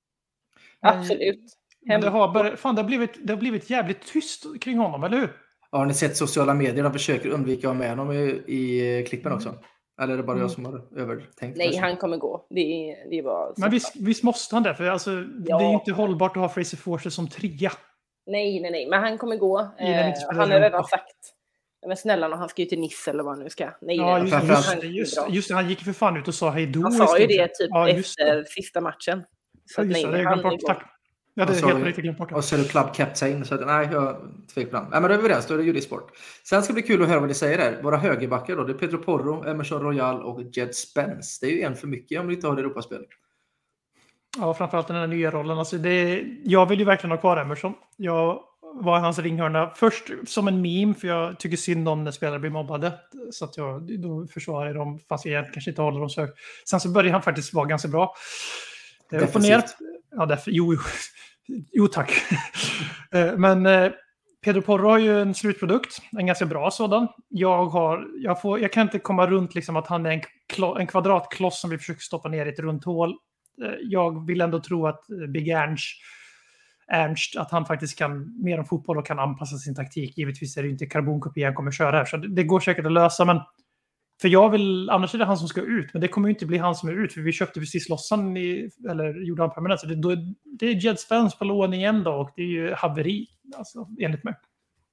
Absolut. Men det, har bara, fan, det, har blivit, det har blivit jävligt tyst kring honom, eller hur? Ja, har ni sett sociala medier? De försöker undvika att ha med honom i, i klippen också. Eller är det bara jag som har övertänkt? Nej, han kommer gå. Det är, det är bara men visst, visst måste han det? För alltså, ja. Det är inte hållbart att ha Fraser Forster som trea. Nej, nej, nej. Men han kommer gå. Eh, han har redan sagt. Men snälla, han ska ju till Nice eller vad han nu ska. Nej, ja, just, just, just, just, just det. Han gick för fan ut och sa hej då. Han sa ju det typ ja, efter det. Sista matchen. Så ja, just nej, det, han bort, tack. Ja, det är helt riktigt glömt bort. Och så är det club captain. Så att, nej, jag tvekar på den. Nej, men då är vi överens. Då är det Jurisport. Sen ska det bli kul att höra vad ni säger där. Våra högerbackar då. Det är Pedro Porro, Emerson Royal och Jed Spence. Det är ju en för mycket om ni inte har det Europaspel. Ja, framförallt den här nya rollen. Alltså det, jag vill ju verkligen ha kvar Emerson. Jag var i hans ringhörna först som en meme, för jag tycker synd om när spelare blir mobbade. Så att jag då försvarar dem, fast jag kanske inte håller dem så högt. Sen så började han faktiskt vara ganska bra. Upp och ner. Ja, därför, jo, jo. Jo, tack. Men eh, Pedro Porro har ju en slutprodukt, en ganska bra sådan. Jag, har, jag, får, jag kan inte komma runt liksom att han är en, klo, en kvadratkloss som vi försöker stoppa ner i ett runt hål. Eh, jag vill ändå tro att Big Ernst, Ernst, att han faktiskt kan mer om fotboll och kan anpassa sin taktik. Givetvis är det inte karbonkopia han kommer köra här, så det, det går säkert att lösa, men för jag vill, annars är det han som ska ut, men det kommer ju inte bli han som är ut, för vi köpte precis lossan i, eller gjorde han permanent, så det, då, det är Jed Spence på lån igen då, och det är ju haveri, alltså, enligt mig.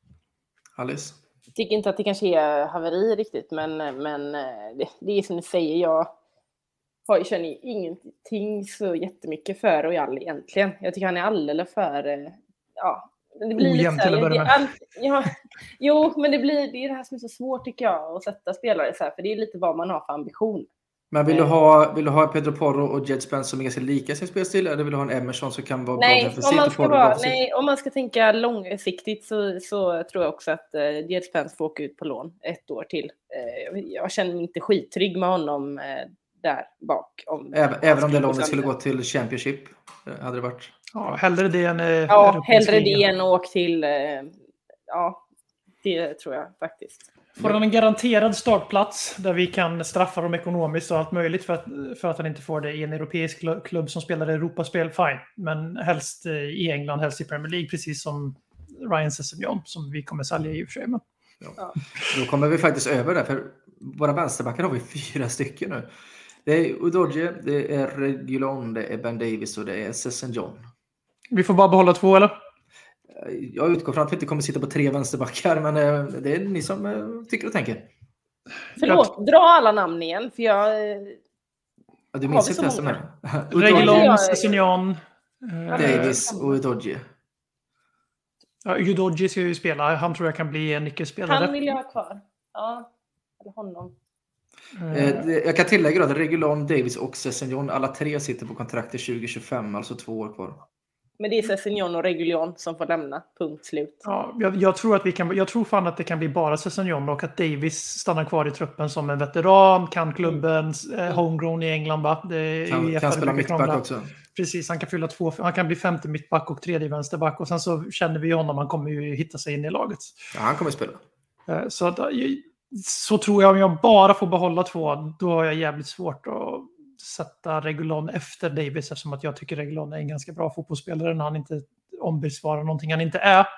Alice? Jag tycker inte att det kanske är haveri riktigt, men, men det, det är som ni säger, jag har, känner ingenting så jättemycket för Royal egentligen. Jag tycker han är alldeles för, ja, det blir ojämnt till att börja med. Allt, ja, jo, men det blir det är det här som är så svårt tycker jag att sätta spelare så här, för det är lite vad man har för ambition. Men vill du ha vill du ha Pedro Porro och Jed Spence som är ganska lika sin spelstil, eller vill du ha en Emerson som kan vara nej, bra defensivt? Om man ska vara, nej, om man ska tänka långsiktigt så, så tror jag också att uh, Jed Spence får åka ut på lån ett år till. Uh, jag känner mig inte skittrygg med honom uh, där bak. Om även även om det lånet skulle gå till Championship, hade det varit. Ja, hellre det än... Eh, ja, hellre det än åk till... Eh, ja, det tror jag faktiskt. Får han en garanterad startplats där vi kan straffa dem ekonomiskt och allt möjligt för att, för att han inte får det i en europeisk klubb som spelar Europaspel, fine. Men helst i England, helst i Premier League, precis som Ryan Sessegnon som vi kommer sälja i och för sig. Men... Ja. Då kommer vi faktiskt över där, för våra vänsterbackar har vi fyra stycken nu. Det är Udogie, det är Reguilon, det är Ben Davis och det är Sessegnon. Vi får bara behålla två, eller? Jag utgår från att vi inte kommer sitta på tre vänsterbackar, men det är ni som tycker och tänker. Förlåt, jag... dra alla namn igen, för jag... Ja, du minns inte ens de här. Reguilon, Sessegnon, Davis och Udogie. Ja, Udogie ska ju spela. Han tror jag kan bli en nyckelspelare. Han vill jag ha kvar. Ja, eller honom. Eh, jag kan tillägga då att Reguilon, Davis och Sessegnon, alla tre sitter på kontrakt till tjugo tjugofem, alltså två år kvar. Men det är Sessegnon och Reguilon som får lämna, punkt slut. Ja, jag, jag tror att vi kan, jag tror fan att det kan bli bara Sessegnon och att Davis stannar kvar i truppen som en veteran, kan klubben, eh, homegrown i England, va? Det kan, kan spela mittback också. Precis, han kan fylla två, han kan bli femte mittback och tredje vänsterback och sen så känner vi honom, han kommer ju hitta sig in i laget. Ja, han kommer spela. Så, att, så tror jag om jag bara får behålla två, då har jag jävligt svårt att sätta Reguilón efter Davis eftersom att jag tycker Reguilón är en ganska bra fotbollsspelare när han inte ombesvarar någonting han inte är.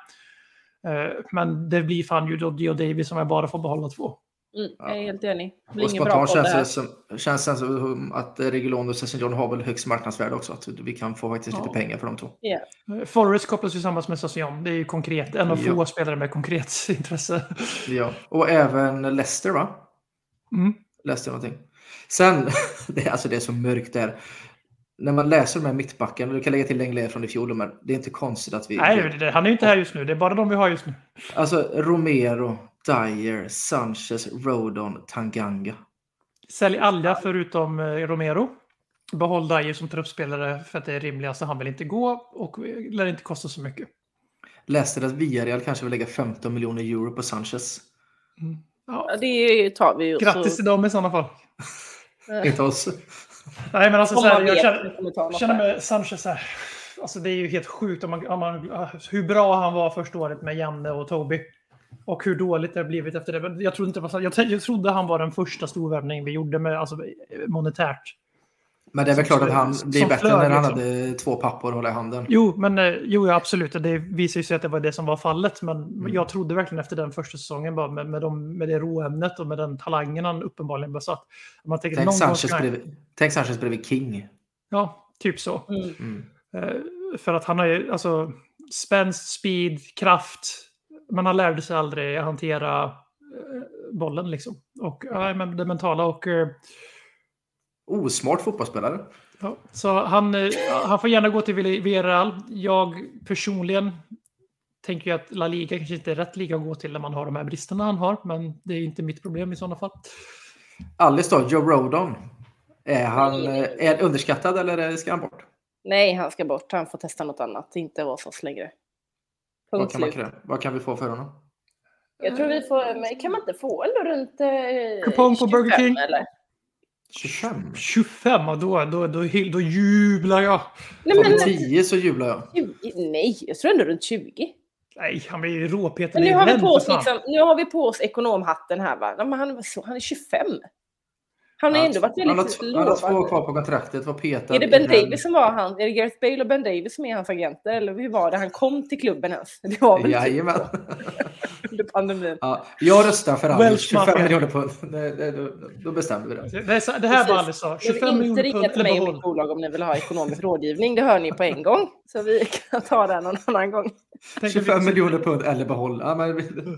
Men det blir fan ju då Dio Davis om jag bara får behålla två. Mm, jag är helt enig. Det blir Och ingen bra spontant på det känns här. det som, känns det som att Reguilón och Sessignon har väl högst marknadsvärde också. Att vi kan få faktiskt Ja. lite pengar för de två. Yeah. Forrest kopplas ju tillsammans med Sessignon. Det är ju konkret. En av Ja. få spelare med konkret intresse. Ja. Och även Leicester, va? Mm. Leicester någonting. Sen, det, är, alltså det är så mörkt där. När man läser de här mittbacken, och du kan lägga till längre från i fjol, men det är inte konstigt att vi... Nej, det, han är ju inte här just nu. Det är bara de vi har just nu. Alltså Romero, Dyer, Sanchez, Rodon, Tanganga. Sälj alla förutom eh, Romero. Behåll Dyer som truppspelare för att det är rimligast. Han vill inte gå och lär inte kosta så mycket. Läste att Villarreal kanske vill lägga femton miljoner euro på Sanchez. Mm. Ja. Ja, det tar vi ju. Grattis så... till dem i sådana fall. Inte oss. Nej, men alltså Om så här, man jag vet känner, att det kommer ta något känner där. med Sanchez så här. Alltså det är ju helt sjukt om man, om man, hur bra han var första året med Janne och Toby. Och hur dåligt det har blivit efter det. Men jag trodde, inte, jag, jag trodde han var den första storvärvningen vi gjorde med, alltså, monetärt. Men det är väl Som klart att han flög- blir som bättre flög, när han liksom. hade två pappor att hålla i handen. Jo, men eh, jo, ja, absolut. Det visar ju sig att det var det som var fallet. Men Mm. jag trodde verkligen efter den första säsongen bara med, med, de, med det råämnet och med den talangen han uppenbarligen besatt. Man tänker, Tänk någon gång Sanchez, ska- bredvid, tänk Sanchez bredvid King. Ja, typ så. Mm. Mm. Eh, för att han har ju alltså spänst, speed, kraft. Men han lärde sig aldrig hantera eh, bollen liksom. Och ja, men det mentala och eh, Osmart fotbollsspelare. ja, så han, eh, han får gärna gå till Vill- Villarreal. Jag personligen tänker ju att La Liga kanske inte är rätt liga att gå till när man har de här bristerna han har. Men det är inte mitt problem i sådana fall. Alice då, Joe Rodon. Är han är han underskattad eller ska han bort? Nej, han ska bort. Han får testa något annat. Inte vara så längre. Vad Punkt kan, man slut. kräva? Vad kan vi få för honom? Jag tror vi får... Men kan man inte få ändå runt... Eh, Kupong på Burger tjugofem, King? Eller? tjugofem? tjugofem, och då, då, då, då jublar jag. Nej, Får men vi tio så jublar jag. tjugo, nej, jag tror ändå runt tjugo. Nej, han blir ju råpeter. Men nu i har, vi ränn, på oss, för fan. liksom, nu har vi på oss ekonomhatten här, va? Nej, men han, är så, han är tjugofem. Han har ändå varit Han har, väldigt t- han har två lovad. kvar på kontraktet. Var petad Är det i Ben den- Davis som var han? Är det Gareth Bale och Ben Davis som är hans agenter? Eller hur var det? Han kom till klubben ens. Det var väl Jajamän. under pandemin. Ja, jag röstar för Welsh Alice. tjugofem Mafia. miljoner pund. Det- det- Då, då bestämmer vi det. Det, är, så- det här var Precis. Alice sa. Ni vill tjugofem inte miljoner ringa pund till eller mig och behåll. mitt bolag om ni vill ha ekonomisk rådgivning. Det hör ni på en gång. Så vi kan ta det någon annan gång. Tänk tjugofem att vi- miljoner pund eller behåll. Ja, men, vi-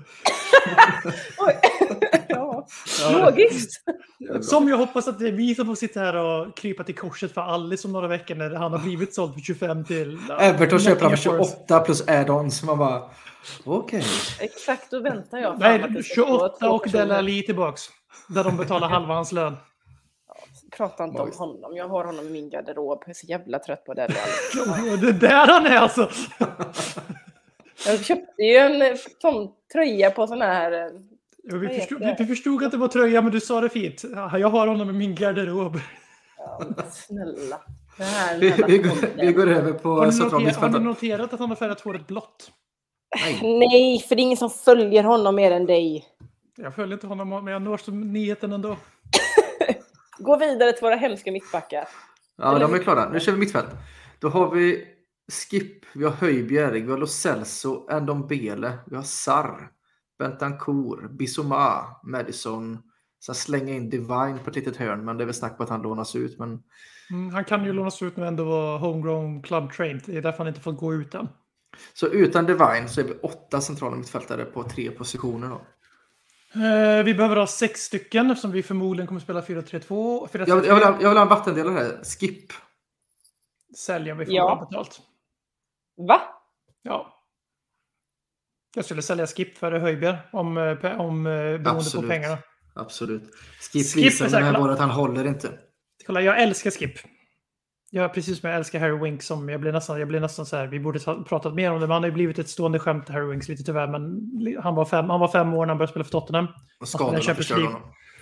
Oj. Ja, logiskt. Som jag hoppas att det är vi som får sitta här och krypa till korset för Alice om några veckor när han har blivit såld för tjugofem till... ja, Everton köper han Nottingham Forest. tjugoåtta plus add-ons. Man bara, okej. Exakt, då väntar jag. fram att Nej, det ska få tjugoåtta två och personer. Dele Alli tillbaks. Där de betalar halva hans lön. Prata inte om Magiskt. honom. Jag har honom i min garderob. Jag är så jävla trött på det. Där. Det är där han är alltså. Jag köpte ju en eh, sån tröja på sån här... eh, Ja, vi, Vad förstod, heter det? vi förstod att det var tröja, men du sa det fint. Ja, jag har honom i min garderob. Ja, snälla. Det här, Vi, den här vi, går, podden. vi går över Har på ni, central noterat, har ni mittfältare. noterat att han har färgat håret blått? Nej, för det är ingen som följer honom mer än dig. Jag följer inte honom, men jag nås som nyheten ändå. Gå vidare till våra hemska mittbackar. Ja, de är klara. Nu kör vi mittfält. Då har vi Skip, vi har Höjbjerg, vi har Lo Celso, Ndombele, vi har Sarr, Bentancur, Bissouma, Madison. Sen slänga in Divine på ett litet hörn, men det är väl snack på att han lånas ut. Men Mm, han kan ju lånas ut nu ändå vara homegrown club trained. Det är därför han inte får gå ut än. så utan Divine så är vi åtta centrala mittfältare på tre positioner då. Eh, vi behöver ha sex stycken eftersom vi förmodligen kommer spela fyra tre två. fyra tre Jag, jag, vill ha, jag vill ha en vattendelare här. Skip. Sälja om vi får Ja. bra betalt. Va? Ja. Jag skulle sälja Skip före Höjbjerg om, eh, pe- om eh, beroende Absolut. på pengarna. Absolut. Skip, Skip visar är med det här säkert- året att han håller inte. Kolla, jag älskar Skip. Jag, precis som jag älskar Harry Winks. Som jag, blir nästan, jag blir nästan så här, vi borde ha pratat mer om det. Men han har ju blivit ett stående skämt, Harry Winks, lite tyvärr. Men han var fem, han var fem år när han började spela för Tottenham. Och spelar skadorna Champions förstörde League. honom.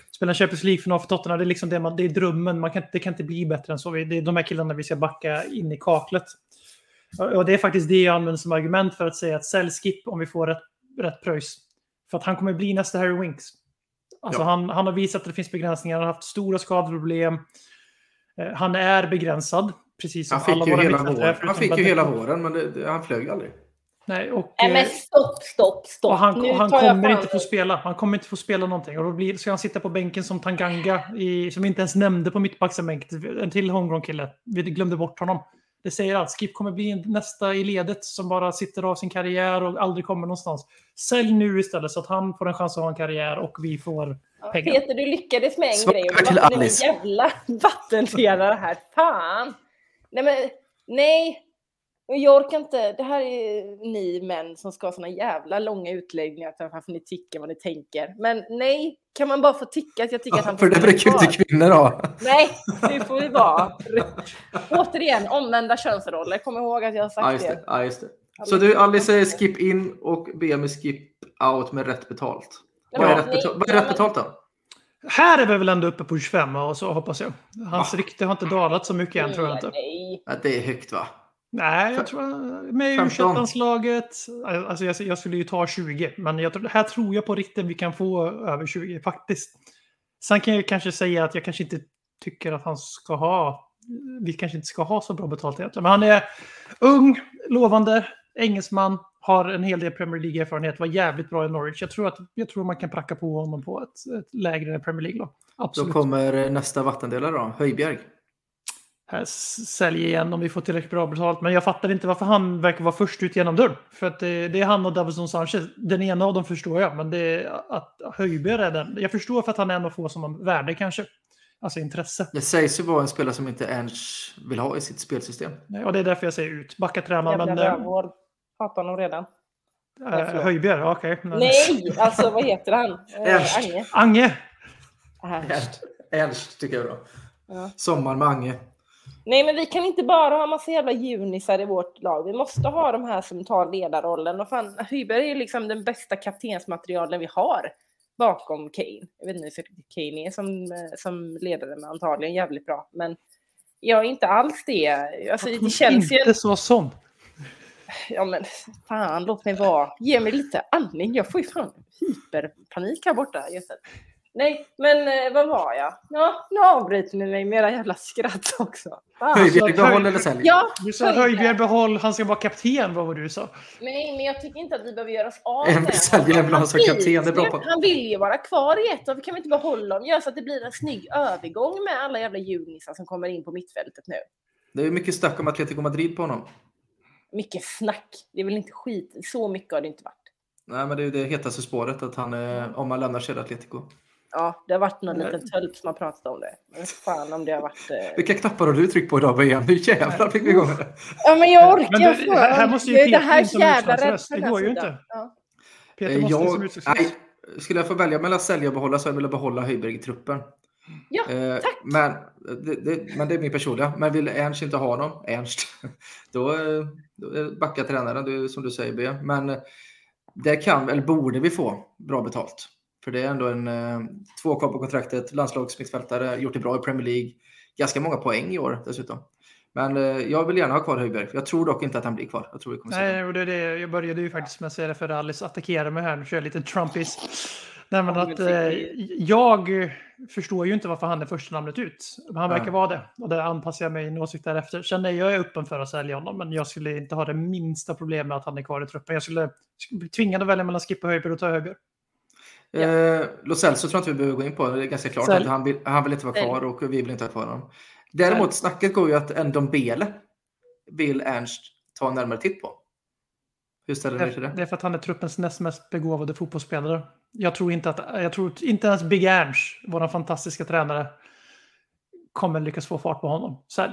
spela en Champions League-final för Tottenham. Det är liksom det, man, det är drömmen. Man kan, det kan inte bli bättre än så. Det är de här killarna vi ska backa in i kaklet. Och det är faktiskt det jag använder som argument för att säga att sälj Skip om vi får rätt, rätt pröjs. För att han kommer bli nästa Harry Winks. Alltså Ja. han, han har visat att det finns begränsningar. Han har haft stora skadeproblem. Eh, han är begränsad. Precis som Han fick alla ju våra hela mittfältare, våren, förutom han fick ju Bentancur. hela våren men det, det, han flög aldrig. Nej, och, Nej men eh, stopp, stopp, stopp. och han, Nu och han tar jag kommer fan- inte få spela. Han kommer inte få spela någonting. Och då blir, ska han sitta på bänken som Tanganga, i, som vi inte ens nämnde på mittbacksbänken. En till homegrown-kille. Vi glömde bort honom. Det säger allt. Skip kommer bli en- nästa i ledet som bara sitter av sin karriär och aldrig kommer någonstans. Sälj nu istället så att han får en chans att ha en karriär och vi får Ja, pengar. Peter, du lyckades med en Så grej. Och över till det var en Alice. jävla vattendelare här. Fan! Nej, men nej. Jag orkar inte. Det här är ni män som ska ha såna jävla långa utläggningar för varför ni tycker vad ni tänker. Men nej, kan man bara få tycka att jag tycker att han För det får brukar vara inte kvar? kvinnor ha. Nej, det får vi vara. Återigen, omvända könsroller. Kom ihåg att jag har sagt Ja, just det. det. Ja, just det. Så du, Alice säger skip in och be med skip out med rätt betalt. Nej, Vad är men- rätt, betal- vad är nej, rätt men- betalt då? Här är vi väl ändå uppe på tjugofem och så hoppas jag. Hans Ah. rykte har inte dalat så mycket än tror jag inte. Nej. Att det är högt va? Nej, jag tror med U femton. tjugoett-landslaget. Alltså jag, jag skulle ju ta tjugo, men jag, tror- här tror jag på riktigt vi kan få över tjugo faktiskt. Sen kan jag kanske säga att jag kanske inte tycker att han ska ha, vi kanske inte ska ha så bra betalt egentligen. Men han är ung, lovande, engelsman, har en hel del Premier League-erfarenhet, var jävligt bra i Norwich. Jag tror att jag tror man kan pracka på honom på ett, ett lägre Premier League. Då. Då Absolut. kommer nästa vattendelare då, Höjbjerg. Här s- säljer igen om vi får tillräckligt bra betalt. Men jag fattar inte varför han verkar vara först ut genom dörren. För att det, det är han och Davinson Sanchez. Den ena av dem förstår jag. Men det är att Höjbjerg är den. Jag förstår för att han är en av få som har värde kanske. Alltså intresse. Det sägs ju vara en spelare som inte ens vill ha i sitt spelsystem. Och det är därför jag säger ut. Backa tränaren. Jävla Men äh, rövhål. Hatar honom redan. äh, Höjbjerg, ja, okej. Men- Nej, alltså vad heter han? Eh, Ernst. Ange. Ange. Ernst. Ernst tycker jag då. Ja. Sommar med Ange. Nej, men vi kan inte bara ha massa jävla junisar i vårt lag. Vi måste ha de här som tar ledarrollen. Och fan, Höjberg är ju liksom den bästa kaptensmaterialen vi har bakom Kane. Jag vet inte hur Kane är som, som ledare, men antagligen jävligt bra. Men jag är inte alls det. Alltså, det känns ju... Inte så sån. Ja, men fan, låt mig vara. Ge mig lite andning. Jag får ju fan hyperpanik här borta. Just det. Nej, men eh, vad var jag? Ja, nu avbryter ni mig med era jävla skratt också. Fan. Höjbjerg, behåll eller sälj? Ja, Du sa Höjbjerg behåll, han ska vara kapten, vad var det du sa? nej, men jag tycker inte att vi behöver göra oss av En med säljer honom. vill ha som Han kapten, det är bra vill- på. Han vill ju vara kvar i ett, och vi kan vi inte behålla honom. Gör så att det blir en snygg övergång med alla jävla junisar som kommer in på mittfältet nu. Det är mycket snack om Atletico Madrid på honom. Mycket snack. Det är väl inte skit. Så mycket har det inte varit. Nej, men det är ju det hetaste spåret att han, eh, om han lämnar sig Atletico. Ja, det har varit någon Nej. liten tölp som har pratat om det. Men fan om det har varit... Eh... Vilka knappar har du tryckt på idag, Brian? Nu jävlar fick vi igång det. Ja, men jag orkar. Men det- här- här måste ju det, Peter det här in som jävla utslagsröst. rätt på Det den går här ju sidan. inte. Ja. Peter Eh, måste som Jag, utslagsröst. nej, skulle jag få välja mellan sälja och behålla så hade jag velat behålla Höjberg i truppen. Ja, Eh, tack. Men det, det, men det är min personliga. Men vill Ernst inte ha honom, Ernst, då, eh, då är det backa tränaren, det är som du säger B. Men eh, där kan, eller borde vi få bra betalt. För det är ändå en eh, två kvar på kontraktet, landslagsmittfältare, gjort det bra i Premier League. Ganska många poäng i år dessutom. Men eh, jag vill gärna ha kvar Höjberg. Jag tror dock inte att han blir kvar. Jag tror vi kommer se det. Nej, och det är det. Jag började ju faktiskt med att säga det för Alice attackerar mig här. Nu kör jag lite Trumpis. Nej, men att, eh, jag förstår ju inte varför han är första namnet ut. Men han verkar Nej. vara det. Och där anpassar jag mig en åsikt därefter. Sen är jag öppen för att sälja honom. Men jag skulle inte ha det minsta problem med att han är kvar i truppen. Jag skulle bli tvingad att välja mellan Skip och Höjberg och ta Höjberg. Eh, Lo Celso tror jag inte vi behöver gå in på. Det är ganska klart Sälj. att han vill, han vill inte vara Sälj. kvar och vi vill inte ha kvar honom. Däremot snacket går ju att en Dombele vill Ernst ta en närmare titt på. Hur ställer ni er till Det det? är för att han är truppens näst mest begåvade fotbollsspelare. Jag tror inte att, jag tror inte ens Big Ernst, vår fantastiska tränare, kommer lyckas få fart på honom. Sälj.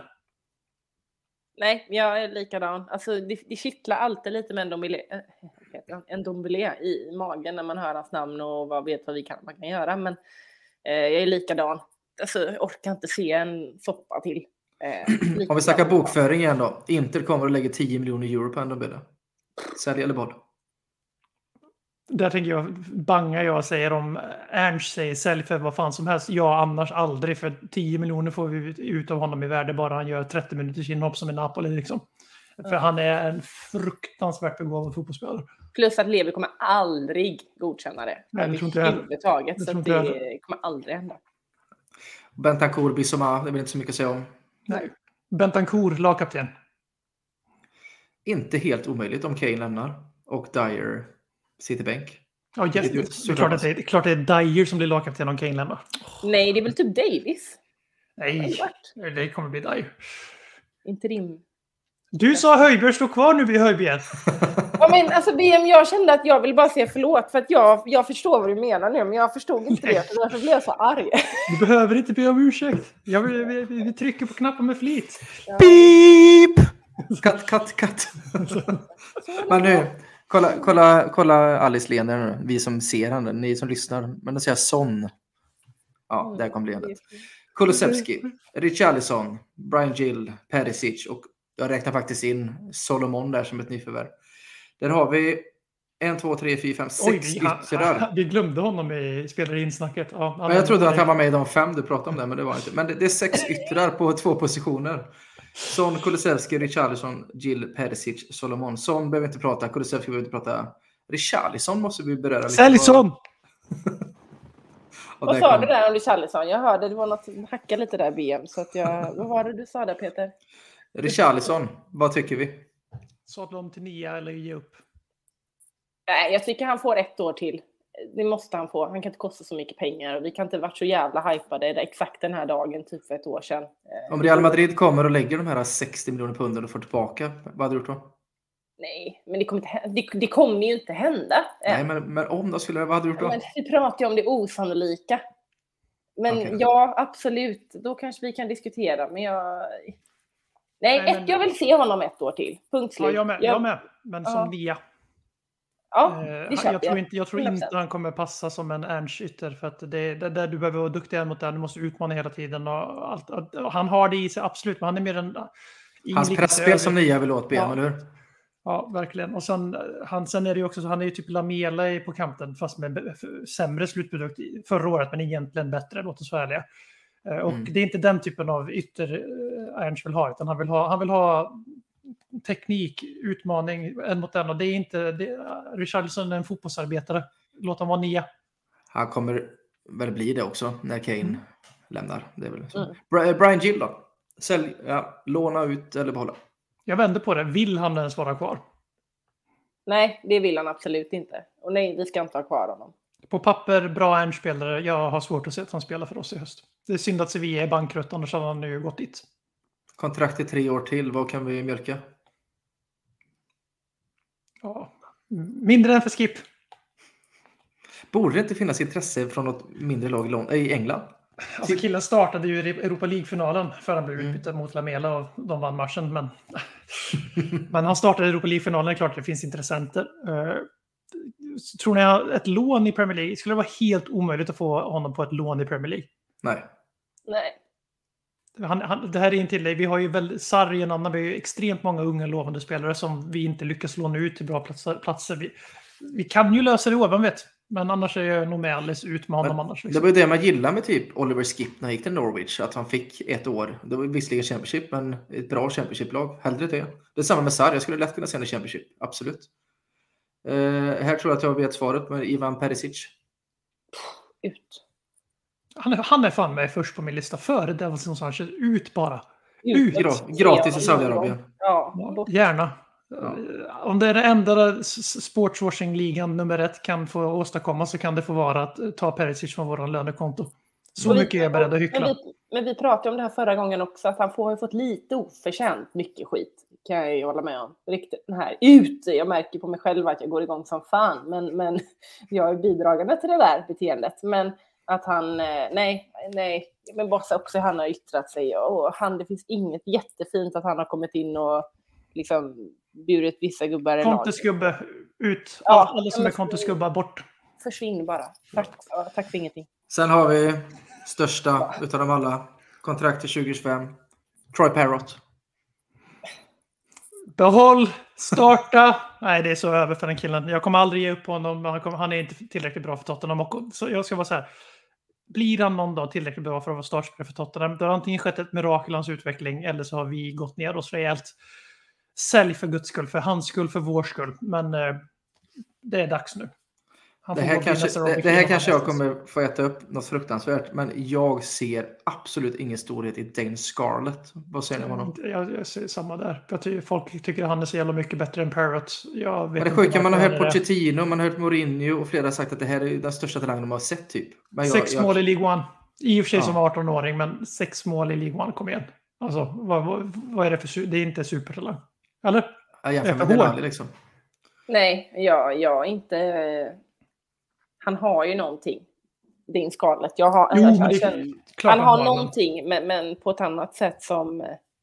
Nej, jag är likadan. Alltså, det, det kittlar alltid lite med en Dombele, äh, heter han? en Dombele i magen när man hör hans namn och vad vet vad vi kan, man kan göra. Men eh, jag är likadan. Alltså, jag orkar inte se en soppa till. Eh, Om vi snackar bokföring igen då. Inter kommer att lägga tio miljoner euro på en Dombele. Sälj eller behåll? Där tänker jag, bangar jag säger om Ernst säger sälj för vad fan som helst. Ja, annars aldrig. För tio miljoner får vi ut av honom i värde bara han gör trettio minuters inhopp som i Napoli liksom. För han är en fruktansvärt begåvad fotbollsspelare. Plus att Levi kommer aldrig godkänna det. Nej, det tror inte jag heller. Överhuvudtaget. Det Så tror att inte jag det heller. kommer aldrig hända. Bentancur, Bissoma, det är väl inte så mycket att säga om. Nej. Bentancur, lagkapten. Inte helt omöjligt om Kane lämnar. Och Dyer sitter bänk. Ja, yes, Det är det, ju är klart att det, är, klart det är Dyer som blir lagkapten om Kane lämnar. Nej, det är väl typ Davis. Nej, det kommer bli Dyer. Interim. Du sa Höjbjerg står kvar nu vid Höjbjerg. Ja, men alltså B M, jag kände att jag vill bara säga förlåt för att jag, jag förstår vad du menar nu, men jag förstod inte det, så därför blev jag så arg. Du behöver inte be om ursäkt. Jag vill, vi, vi trycker på knappen med flit. Ja. Beep! Katt, katt, katt. Men nu, kolla, kolla, kolla Alice leender nu. Vi som ser henne, ni som lyssnar. Men då säger jag son. Ja, där kom leendet. Kulusevski, Richarlison, Brian Gill, Perisic och jag räknar faktiskt in Solomon där som ett nyförvärv. Där har vi en, två, tre, fyra, fem, sex yttrar. Vi glömde honom i spelare insnacket. Ja, men jag trodde att han var med i de fem du pratade om det, men det var inte. Men det, det är sex yttrar på två positioner. Son, Kulusevski, Richarlison, Gill, Perisic, Solomon. Son behöver inte prata, Kulusevski behöver inte prata. Richarlison måste vi beröra lite. Säljson! Vad sa du där om Richarlison? Jag hörde det var något hacka lite där B M. Så att jag, vad var det du sa där Peter? Richarlison, vad tycker vi? Sadla om till nia eller ge upp? Nej, jag tycker han får ett år till. Det måste han få. Han kan inte kosta så mycket pengar. Och vi kan inte varit så jävla hypade exakt den här dagen, typ för ett år sedan. Om Real Madrid kommer och lägger de här sextio miljoner punden och får tillbaka, vad hade du gjort då? Nej, men det kommer, inte, det, det kommer ju inte hända. Nej, men, men om då skulle det, vad hade du gjort då? Men vi pratar ju om det osannolika. Men Okay. ja, absolut. Då kanske vi kan diskutera. Men jag... Nej, Nej, ett, men... jag vill se honom ett år till. Punkt slut. Ja, jag med. Jag med. Men som ja. nia. Ja, eh, det jag, köper tror inte, jag tror hundra procent. inte han kommer passa som en Ernst-ytter. För att det, det där du behöver vara duktig mot den. Du måste utmana hela tiden. Och allt, och han har det i sig, absolut. Men han är mer en... Hans pressspel som nia vill åt B M, ja. eller hur? Ja, verkligen. Och sen, han, sen är det ju också så, han är ju typ Lamela på kanten, fast med sämre slutprodukt förra året, men egentligen bättre, låt oss vara ärliga. Och Mm. det är inte den typen av ytter Ernst vill ha, utan han vill ha, han vill ha teknik, utmaning, en mot en. Och det är inte, det, Richarlison är en fotbollsarbetare. Låt honom vara nia. Han kommer väl bli det också när Kane mm. lämnar. Det är väl så. Mm. Brian Gill då? Sälj, ja, låna ut eller behålla? Jag vänder på det. Vill han ens vara kvar? Nej, det vill han absolut inte. Och nej, vi ska inte ha kvar honom. På papper, bra Ernst-spelare. Jag har svårt att se att han spelar för oss i höst. Det är synd att Sevilla är bankrutt, annars hade han nu gått dit. Kontrakt i tre år till, vad kan vi mjölka? Ja, mindre än för Skip. Borde det inte finnas intresse från något mindre lag i, Lång- i England? Alltså killen startade ju i Europa League-finalen för han blev Mm. utbytt mot Lamela och de vann matchen. Men, men han startade i Europa League-finalen, det är klart att det finns intressenter. Uh, tror ni att ett lån i Premier League, skulle det vara helt omöjligt att få honom på ett lån i Premier League? Nej. Nej. Han, han, det här är en tillägg. Vi har ju väl Sarri och Nanna, vi har ju extremt många unga lovande spelare som vi inte lyckas låna ut till bra platser. platser. Vi, vi kan ju lösa det ovan vet. Men annars är jag nog med alldeles ut med honom Men annars. Det Liksom. var ju det man gillade med typ Oliver Skip när han gick till Norwich. Att han fick ett år. Det var visserligen Championship, men ett bra Championship-lag. Hellre det. Det är samma med Sarri. Jag skulle lätt kunna se en Championship. Absolut. Uh, här tror jag att jag vet svaret med Ivan Perisic. Ut. Han, är, han är fan med först på min lista före Davinson Sanchez. Ut bara. Ut. Gra- gratis i Saudiarabien. Ja, Ja, gärna. Ja. Om det är det enda sportswashing-ligan nummer ett kan få åstadkomma så kan det få vara att ta Perisic från våran lönekonto. Så vi, mycket är jag beredd att hyckla. Men vi, men vi pratade om det här förra gången också, att han får, har ju fått lite oförtjänt mycket skit. Kan jag ju hålla med om. Riktigt den här ut. Jag märker på mig själv att jag går igång som fan. Men, men jag är bidragande till det där beteendet. Men att han, nej, nej. Men bara också han har yttrat sig. Och han, det finns inget jättefint att han har kommit in och liksom burit vissa gubbar i lag. Kontesgubbe ut. Ja, Alla som är kontesgubbar bort. Försvinn bara. Tack, ja, tack för ingenting. Sen har vi största utav dem alla. Kontrakt till tjugo tjugofem. Troy Parrott. Behåll, starta. Nej, det är så över för den killen. Jag kommer aldrig ge upp på honom. Han, kommer, han är inte tillräckligt bra för Tottenham. Och, så jag ska vara så här. Blir han någon dag tillräckligt bra för att vara startspelare för Tottenham, då har antingen skett ett mirakel i hans utveckling, eller så har vi gått ner oss rejält. Sälj för Guds skull, för hans skull, för vår skull. Men eh, det är dags nu. Det här, kanske, det, det här kanske jag kommer få äta upp något fruktansvärt, men jag ser absolut ingen storhet i Dane Scarlett. Vad säger ni om honom? Jag, jag ser samma där. Jag tycker, folk tycker att han är så jävla mycket bättre än Parrott. Jag vet men det sjuka, man har hört Pochettino, man har hört Mourinho och flera har sagt att det här är den största talangen de har sett typ. Men jag, sex jag... mål i League One. I och för sig ja. som arton-åring, men sex mål i League One, kom igen. Alltså, vad, vad, vad är det för... Det är inte supertalang. Eller? Ja, jämför med det aldrig, liksom. Nej, jag, jag inte... Han har ju någonting. Din skalet. Jag har, jo, jag, det, känner, han har har någonting, men, men på ett annat sätt som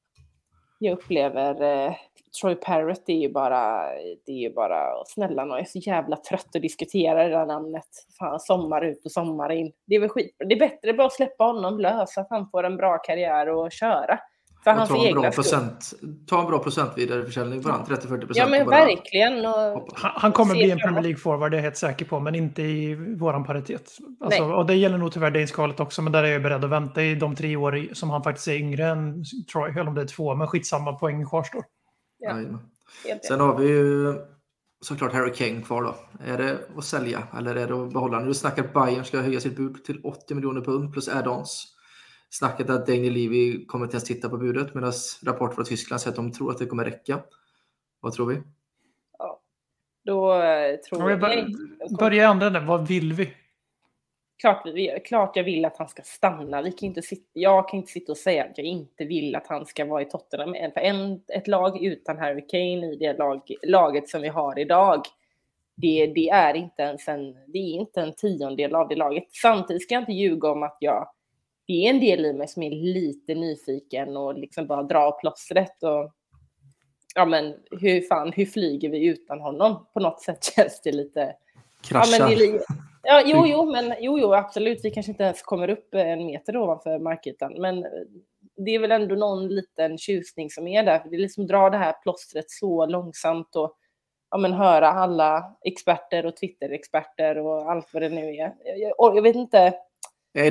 jag upplever. Eh, Troy Parrott är ju bara, det är ju bara snälla, jag är så jävla trött att diskutera det där namnet. Fan, sommar ut och sommar in. Det är väl skit. Det är bättre bara att släppa honom lös, så att han får en bra karriär och köra. För hans ta, en egna bra procent, ta en bra procent vidare försäljning på den, trettio till fyrtio procent. Ja, men verkligen. Och han, han kommer bli en Premier League forward, det är jag helt säker på, men inte i våran paritet. Alltså, och det gäller nog tyvärr Dane-skalet också, men där är jag beredd att vänta i de tre år som han faktiskt är yngre än Troy, eller om det är två, men skitsamma, poäng kvarstår. Ja. Ja. Sen har vi ju såklart Harry Kane kvar då. Är det att sälja eller är det att behålla? Nu snackar Bayern ska höja sitt bud till åttio miljoner pund plus add-ons. Snacket att Daniel Levy kommer inte ens titta på budet, medan rapport från Tyskland säger att de tror att det kommer räcka. Vad tror vi? Ja, då tror jag... Bör, börja andra där, vad vill vi? Klart, vi, klart jag vill att han ska stanna. Vi kan inte sitta, jag kan inte sitta och säga att jag inte vill att han ska vara i Tottenham. För en, ett lag utan Harry Kane i det lag, laget som vi har idag, det, det, är inte ens en, det är inte en tiondel av det laget. Samtidigt ska jag inte ljuga om att jag det är en del i mig som är lite nyfiken och liksom bara dra plåstret och ja, men hur fan, hur flyger vi utan honom? På något sätt känns det lite... Krascha. Ja, men det är, ja, jo, jo, men jo, jo, absolut. Vi kanske inte ens kommer upp en meter ovanför markytan, men det är väl ändå någon liten tjusning som är där. Det är liksom dra det här plåstret så långsamt och ja, men höra alla experter och Twitter-experter och allt vad det nu är. Jag, jag vet inte... Är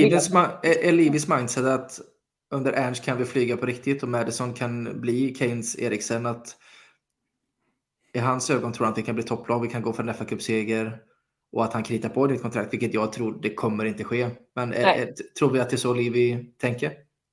det Levis mindset att under Ernst kan vi flyga på riktigt och Madison kan bli Kanes Eriksen, att i hans ögon tror han att det kan bli topplag, vi kan gå för en F A Cup-seger och att han kritar på ditt kontrakt, vilket jag tror det kommer inte ske. Men är, är, tror vi att det är så Levi tänker?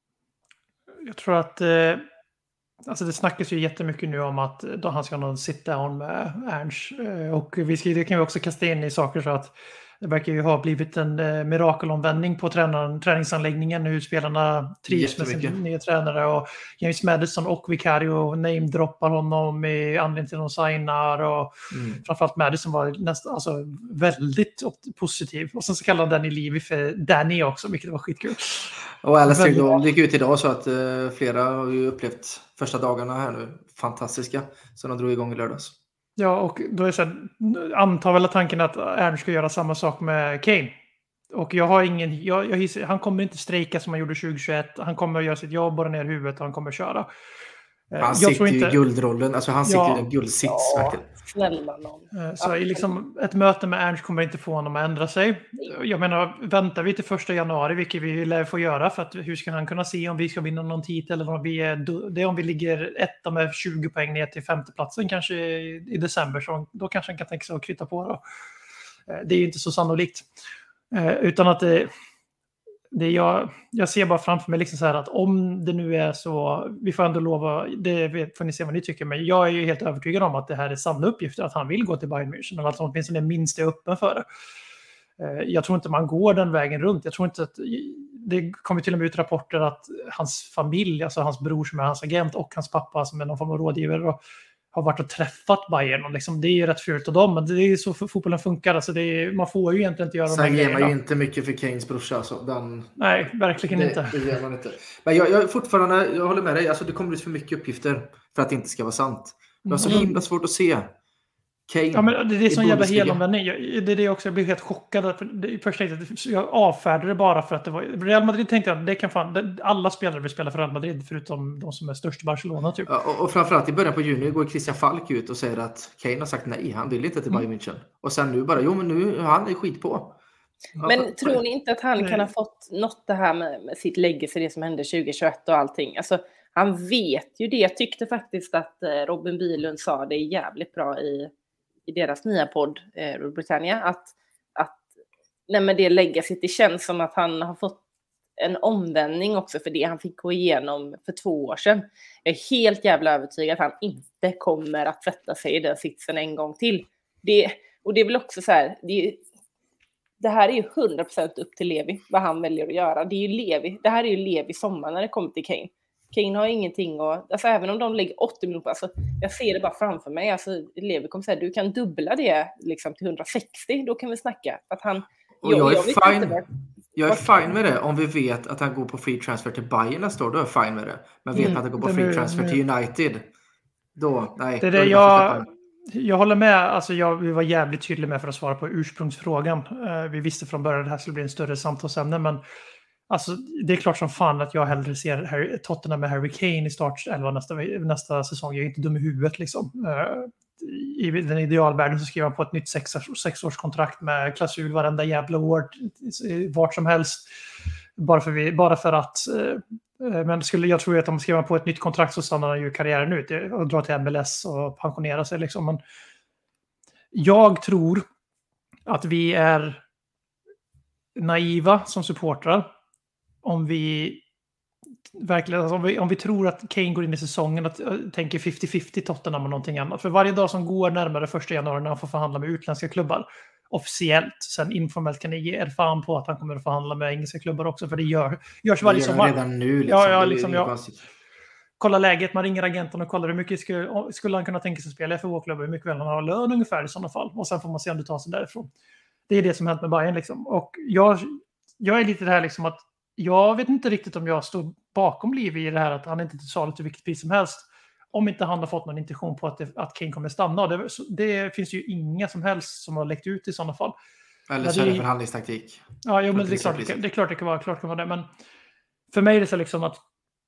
Jag tror att eh, alltså det snackas ju jättemycket nu om att då han ska någon sit down med Ernst, och vi ska, det kan vi också kasta in i saker så att det verkar ju ha blivit en eh, mirakelomvändning på tränaren, träningsanläggningen. Hur spelarna trivs med sin nya tränare. Och James Maddison och Vicario namedroppar honom i anledning till att de signar. Och mm. framförallt Maddison var nästan, alltså, väldigt positiv. Och sen så kallar Danny Levy för Danny också, vilket var skitkul. Och Alistair gick ut idag så att eh, flera har ju upplevt första dagarna här nu. Fantastiska. Så de drog igång i lördags. Ja, och då är det så här, antar väl tanken att Ernst ska göra samma sak med Kane. Och jag har ingen, jag, jag hissar, han kommer inte strejka som han gjorde tjugohundratjugoett. Han kommer att göra sitt jobb, borra ner huvudet och han kommer att köra. Han jag sitter tror inte, i guldrollen, alltså han sitter ja, i en guldsits. Ja, snälla någon. Så liksom, ett möte med Ernst kommer inte få honom att ändra sig. Jag menar, väntar vi till första januari, vilket vi lär få göra, för att hur ska han kunna se om vi ska vinna någon titel eller om vi är, det är om vi ligger etta med tjugo poäng ner till femteplatsen kanske i, i december, så då kanske han kan tänka sig att krytta på då. Det är ju inte så sannolikt. Utan att det Det jag, jag ser bara framför mig liksom så här att om det nu är så, vi får ändå lova, det får ni se vad ni tycker, men jag är ju helt övertygad om att det här är sanna uppgifter, att han vill gå till Bayern München, eller att han åtminstone minst är öppen för det. Jag tror inte man går den vägen runt. Jag tror inte att, det kommer till och med ut rapporter att hans familj, alltså hans bror som är hans agent och hans pappa som är någon form av rådgivare och har varit och träffat Bayern, och liksom, det är ju rätt fult av dem, men det är så för fotbollen funkar, alltså det är, man får ju egentligen inte göra de här grejerna. Sen ger man ju grejerna. inte mycket för Kanes brorsa, alltså. Den, Nej, verkligen det, inte. Det gör man inte. Men jag, jag fortfarande, jag håller med dig, alltså det kommer ut för mycket uppgifter för att det inte ska vara sant. Det är så himla svårt att se Kane. Ja, men det är det som i jävla Bundesliga. helomvändning. Jag- Det är det också, jag blir helt chockad. För det, först tänkte jag, att jag avfärdade det bara för att det var... Real Madrid tänkte jag, det kan fan... Det, alla spelare vill spela för Real Madrid, förutom de som är störst i Barcelona, typ. Ja, och, och framförallt i början på juni går Christian Falk ut och säger att Kane har sagt nej, han vill inte till Bayern München. Och sen nu bara, jo men nu han är skit på. Ja, Men för- tror ni inte att han Nej. kan ha fått något det här med, med sitt legacy, det som hände tjugohundratjugoett och allting? Alltså, han vet ju det. Jag tyckte faktiskt att eh, Robin Bylund sa det jävligt bra i, i deras nya podd, eh, Britannia, att, att nej, men det legacy, det känns som att han har fått en omvändning också för det han fick gå igenom för två år sedan. Jag är helt jävla övertygad att han inte kommer att sätta sig i den sitsen en gång till. Det, och det är väl också så här, det är, det här är ju hundra procent upp till Levi, vad han väljer att göra. Det är ju Levi, det här är ju Levi sommar när det kommer till Kane. Kane har ingenting att, alltså även om de lägger åttio miljoner, alltså jag ser det bara framför mig, alltså Levi kommer säga, du kan dubbla det liksom till hundrasextio, då kan vi snacka. Att han, Och jag är vet fine. inte vad- Jag är Vad- fine med det om vi vet att han går på free transfer till Bayern nästa år. Då är jag fine med det. Men vet Mm, att han går på det free nu- transfer nu- till United. Då, nej. Det är då det är det bara att jag, släppa jag håller med. Alltså jag vi var jävligt tydlig med för att svara på ursprungsfrågan. Eh, vi visste från början att det här skulle bli en större samtalsämne, men alltså, det är klart som fan att jag hellre ser Harry, Tottenham med Harry Kane i startelva nästa, nästa säsong. Jag är inte dum i huvudet liksom. Eh, I den idealvärlden så skriver han på ett nytt sex, sexårskontrakt med klausul varenda jävla år, vart som helst. Bara för, vi, bara för att... Eh, men skulle, jag tror att om man skriver på ett nytt kontrakt så stannar ju karriären ut och drar till M L S och pensionerar sig. Liksom. Men jag tror att vi är naiva som supportrar om vi verkligen, alltså om, vi, om vi tror att Kane går in i säsongen och äh, tänker femtio femtio Tottenham och någonting annat. För varje dag som går närmare första januari när han får förhandla med utländska klubbar officiellt, sen informellt kan ni ge er fan på att han kommer att förhandla med engelska klubbar också, för det gör, görs Det varje gör han sommar. redan nu. Liksom. Ja, ja, Det är liksom, inget ja. konstigt. Kolla läget, man ringer agenten och kollar hur mycket skulle, skulle han kunna tänka sig spela för vår klubb, hur mycket väl han har lön ungefär i sådana fall. Och sen får man se om det tar sig därifrån. Det är det som hänt med Bayern liksom. Och jag, jag är lite det här liksom att jag vet inte riktigt om jag står bakom Levi i det här att han inte till salu till vilket pris som helst. Om inte han har fått någon intention på att, det, att Kane kommer stanna. Det, det finns ju inga som helst som har läckt ut i sådana fall. Eller Men så är det det- förhandlingstaktik. Ja, jo, För men att det är, visa klart, det, priset. kan- det är klart det kan vara, klart det kan vara det. Men för mig är det så liksom att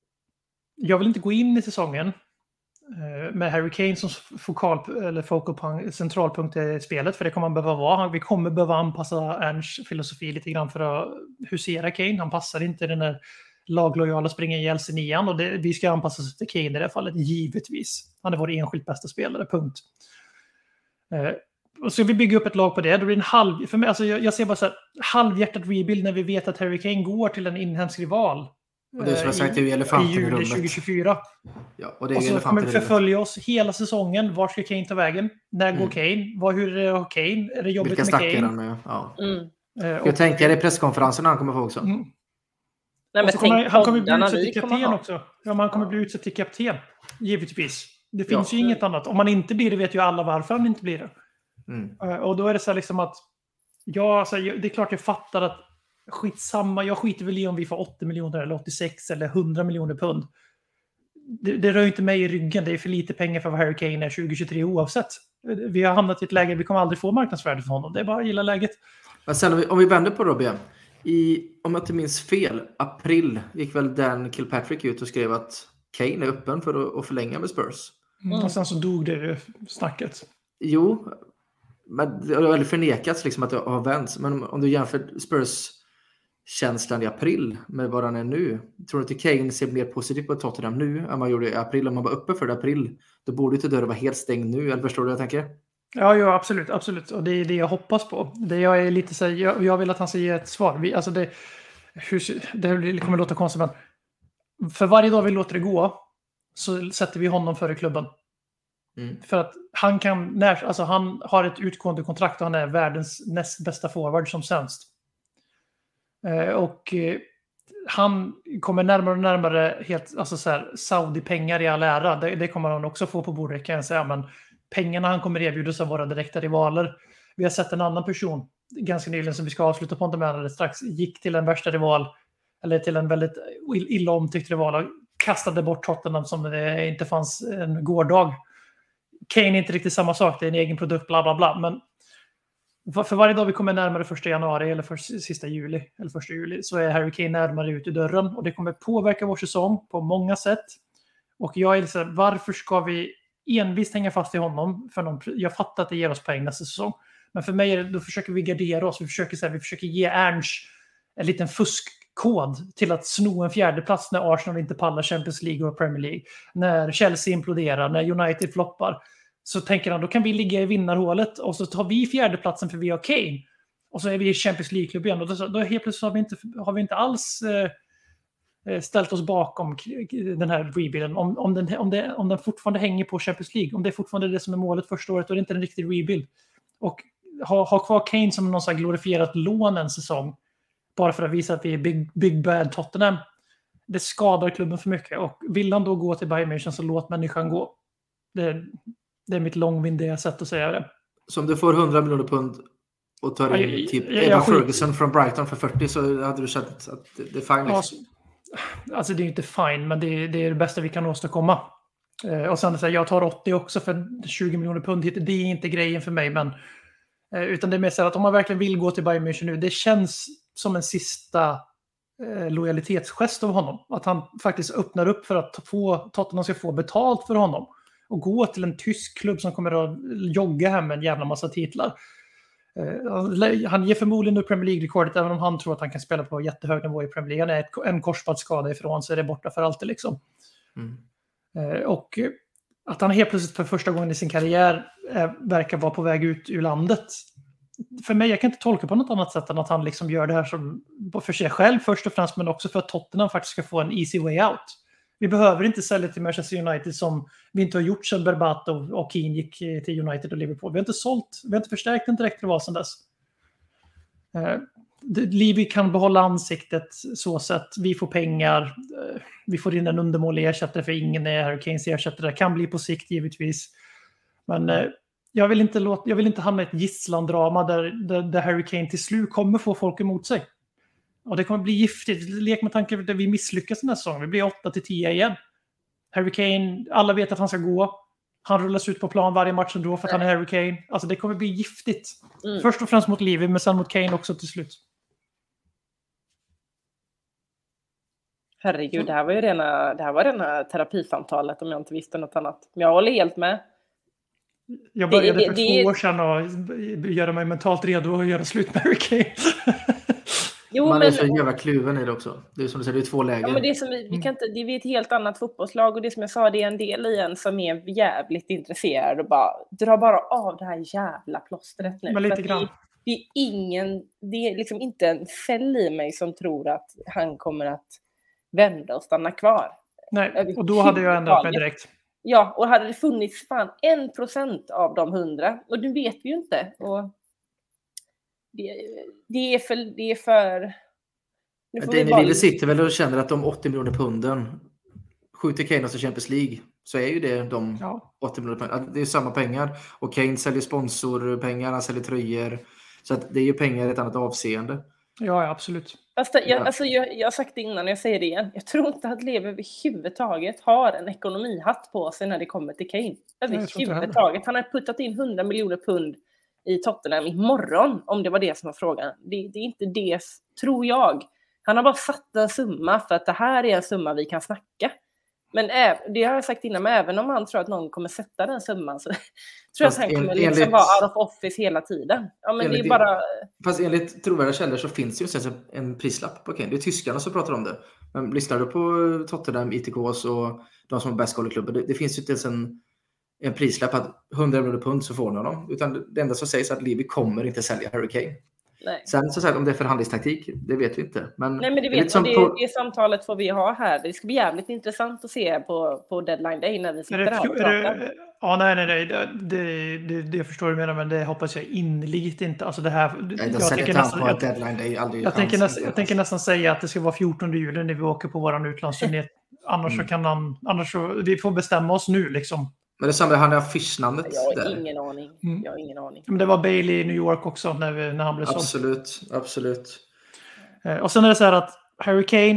jag vill inte gå in i säsongen eh, med Harry Kane som fokal, eller focal punkt, centralpunkt i spelet, för det kommer han behöva vara. Vi kommer behöva anpassa Ernsts filosofi lite grann för att husera Kane. Han passar inte den där laglojala springa ihjäl sig nian, och det, vi ska anpassa oss till Kane i det här fallet, givetvis. Han är vår enskilt bästa spelare, punkt. Eh, och så vi bygger upp ett lag på det. Då blir det en halv, för mig, alltså jag, jag ser bara så här, halvhjärtat rebuild när vi vet att Harry Kane går till en inhemsk rival. Och det som jag eh, sagt är ju i, elefanten i i juli rummet. tjugohundratjugofyra. Ja, och det är Och ju så kommer elefanten vi i rummet. förfölja oss hela säsongen. Var ska Kane ta vägen? När går Mm. Kane? Vad, hur är det att Kane? Är det jobbigt Vilka med snackar Kane? han med? Ja. Mm. Eh, Ska jag tänka dig presskonferensen han kommer få också? mm. Nej, Och men så kommer, tänk han kommer bli poddarna utsedd vi till kommer kapten ha. också. Ja, men han kommer bli utsedd till kapten. Givetvis. Det Ja. finns ju inget annat. Om man inte blir det vet ju alla varför han inte blir det. Mm. Eh, Och då är det så här liksom att ja, alltså, jag- det är klart jag fattar att skitsamma, jag skiter väl i om vi får åttio miljoner eller åttiosex eller hundra miljoner pund. Det, det rör ju inte mig i ryggen, det är för lite pengar för vad Harry Kane är tjugohundratjugotre oavsett. Vi har hamnat i ett läge, vi kommer aldrig få marknadsvärde för honom, det är bara att gilla läget. Men sen om vi, om vi vänder på det, Robin. I, om jag inte minns fel, april gick väl Dan Kilpatrick ut och skrev att Kane är öppen för att, att förlänga med Spurs. Mm. Och sen så dog det snacket. Jo, men det har väl förnekats liksom att det har vänts. Men om du jämför Spurs-känslan i april med vad han är nu. Tror du att Kane ser mer positivt på Tottenham nu än man gjorde i april? Om man var uppe för det i april, då borde inte dörren vara helt stängd nu. Eller förstår du vad jag tänker? Ja, ja, absolut, absolut. Och det är det jag hoppas på. Det jag är lite så här, jag, jag vill att han ska ge ett svar. Vi, alltså det, hur, det kommer låta konstigt, men för varje dag vi låter det gå så sätter vi honom före klubben. Mm. För att han kan, när, alltså han har ett utgående kontrakt och han är världens näst bästa forward som sämst. Eh, och eh, han kommer närmare och närmare helt, alltså så här, Saudi-pengar i all ära. Det, det kommer han också få på bordet kan jag säga, men pengarna han kommer erbjudas av våra direkta rivaler. Vi har sett en annan person ganska nyligen som vi ska avsluta på, inte med det strax, gick till en värsta rival, eller till en väldigt illa omtyckt rival och kastade bort Tottenham som det inte fanns en gårdag. Kane är inte riktigt samma sak, det är en egen produkt, bla bla bla. Men för varje dag vi kommer närmare första januari eller för sista juli eller första juli så är Harry Kane närmare ut i dörren. Och det kommer påverka vår säsong på många sätt. Och jag är så här, varför ska vi envist hänga fast i honom? För någon, jag fattar att det ger oss poäng nästa säsong. Men för mig är det, då försöker vi gardera oss. Vi försöker, så här, vi försöker ge Ernst en liten fuskkod till att sno en fjärde plats när Arsenal inte pallar Champions League och Premier League. När Chelsea imploderar, när United floppar. Så tänker han, då kan vi ligga i vinnarhålet och så tar vi fjärdeplatsen för vi har Kane. Och så är vi i Champions League-klubb igen. Och då, då helt plötsligt har vi inte, har vi inte alls eh, ställt oss bakom den här rebuilden. Om, om, den, om, det, om den fortfarande hänger på Champions League, om det är fortfarande det som är målet första året, då är det inte en riktig rebuild. Och ha, ha kvar Kane som någon sån här glorifierat lån en säsong, bara för att visa att vi är big, big bad Tottenham, det skadar klubben för mycket. Och vill han då gå till Bayern München så låt människan gå. Det Det är mitt långvindiga sätt att säga det. Så om du får hundra miljoner pund och tar in jag, typ jag, Eva jag, Ferguson från Brighton för fyrtio så hade du känt att det är fine. Alltså, alltså det är inte fine, men det är, det är det bästa vi kan åstadkomma. Eh, och sen så här, jag tar åttio också för tjugo miljoner pund hit. Det är inte grejen för mig, men eh, utan det är mer så att om man verkligen vill gå till Bayern München nu, det känns som en sista eh, lojalitetsgest av honom. Att han faktiskt öppnar upp för att få, Tottenham ska få betalt för honom. Och gå till en tysk klubb som kommer att jogga hem en jävla massa titlar. Uh, han ger förmodligen nu Premier League-rekordet, även om han tror att han kan spela på jättehög nivå i Premier League. Han är ett, en korsbandsskada ifrån, så är det borta för alltid liksom. Mm. Uh, och att han helt plötsligt för första gången i sin karriär uh, verkar vara på väg ut ur landet. För mig, jag kan inte tolka på något annat sätt än att han liksom gör det här som, för sig själv först och främst, men också för att Tottenham faktiskt ska få en easy way out. Vi behöver inte sälja till Manchester United som vi inte har gjort sedan Berbatov och Keane gick till United och Liverpool. Vi har inte sålt, vi har inte förstärkt den direkt till vad sedan dess. Uh, Levy kan behålla ansiktet så sätt. Vi får pengar, uh, vi får in en undermålig ersättare för ingen är Harry Kanes ersättare. Det kan bli på sikt givetvis. Men uh, jag, vill inte låta, jag vill inte hamna i ett gisslandrama där, där, där Harry Kane till slut kommer få folk emot sig. Och det kommer bli giftigt. Lek med tanke att vi misslyckas den här säsongen. Vi blir åtta till tio igen. Harry Kane, alla vet att han ska gå. Han rullas ut på plan varje match ändå för att han är Harry Kane. Alltså det kommer bli giftigt. Mm. Först och främst mot Levy, men sen mot Kane också till slut. Herregud, det här var ju rena, det här var rena terapisamtalet om jag inte visste något annat. Men jag håller helt med. Jag började det, för det, två år sedan och göra mig mentalt redo att göra slut med Harry Kane. Jo, man är men, så jävla kluven i det också. Det är som du säger, det är två läger. Ja, men det är som vi, vi kan inte, det är ett helt annat fotbollslag och det som jag sa, det är en del i en som är jävligt intresserad och bara dra bara av det här jävla plåstret nu. Men lite grann. Det, det är ingen, det är liksom inte en cell i mig som tror att han kommer att vända och stanna kvar. Nej, och då hade jag ändrat mig direkt. Ja, och hade det funnits fan en procent av de hundra, och det vet vi ju inte. Och det, det är för... Det är för det bara... vi sitter väl och känner att de åttio miljoner punden skjuter Kane till Champions League, så är ju det de ja. åttio miljoner punden. Det är samma pengar. Och Kane säljer sponsorpengar, han säljer tröjor. Så att det är ju pengar i ett annat avseende. Ja, absolut. Alltså, jag, alltså, jag, jag har sagt det innan, jag säger det igen. Jag tror inte att Levi överhuvudtaget har en ekonomihatt på sig när det kommer till Kane. Överhuvudtaget. Han har puttat in hundra miljoner pund i Tottenham imorgon, om det var det som var frågan. Det, det är inte det, tror jag. Han har bara satt en summa för att det här är en summa vi kan snacka. Men äv, det har jag sagt innan, men även om han tror att någon kommer sätta den summan så tror jag att han kommer en, liksom enligt, vara out of office hela tiden. Ja, men det är bara... Fast enligt trovärdiga källor så finns det ju en prislapp på Kane. Det är tyskarna som pratar om det. Men lyssnar du på Tottenham, I T Ks och de som har bäst koll i klubben, det, det finns ju inte ens en, en prislapp att hundra miljoner pund så får ni honom. Utan det enda som sägs är att Levy kommer inte sälja Harry Kane. Nej. Sen så säger om det är förhandlingstaktik, det vet vi inte. Men Nej, men det vet det, på... det samtalet får vi ha här. Det ska bli jävligt intressant att se på, på deadline day när vi sitter det, här och pratar. Det, ja, nej, nej, nej. Det, det, det, det förstår du menar, men det hoppas jag innerligt inte. Alltså det här... Nej, jag, jag, tänker nästan, jag, deadline day, aldrig jag, tänker nästan, jag tänker nästan säga att det ska vara fjortonde juli när vi åker på våran utlandsturné. Annars mm. så kan han... Annars så, vi får bestämma oss nu liksom. Men det är samma, han är affischnamnet. Jag har ingen aning. Mm. Jag har ingen aning. Men det var Bailey i New York också när, vi, när han blev såld. Absolut, absolut. Eh, och sen är det så här att Harry Kane,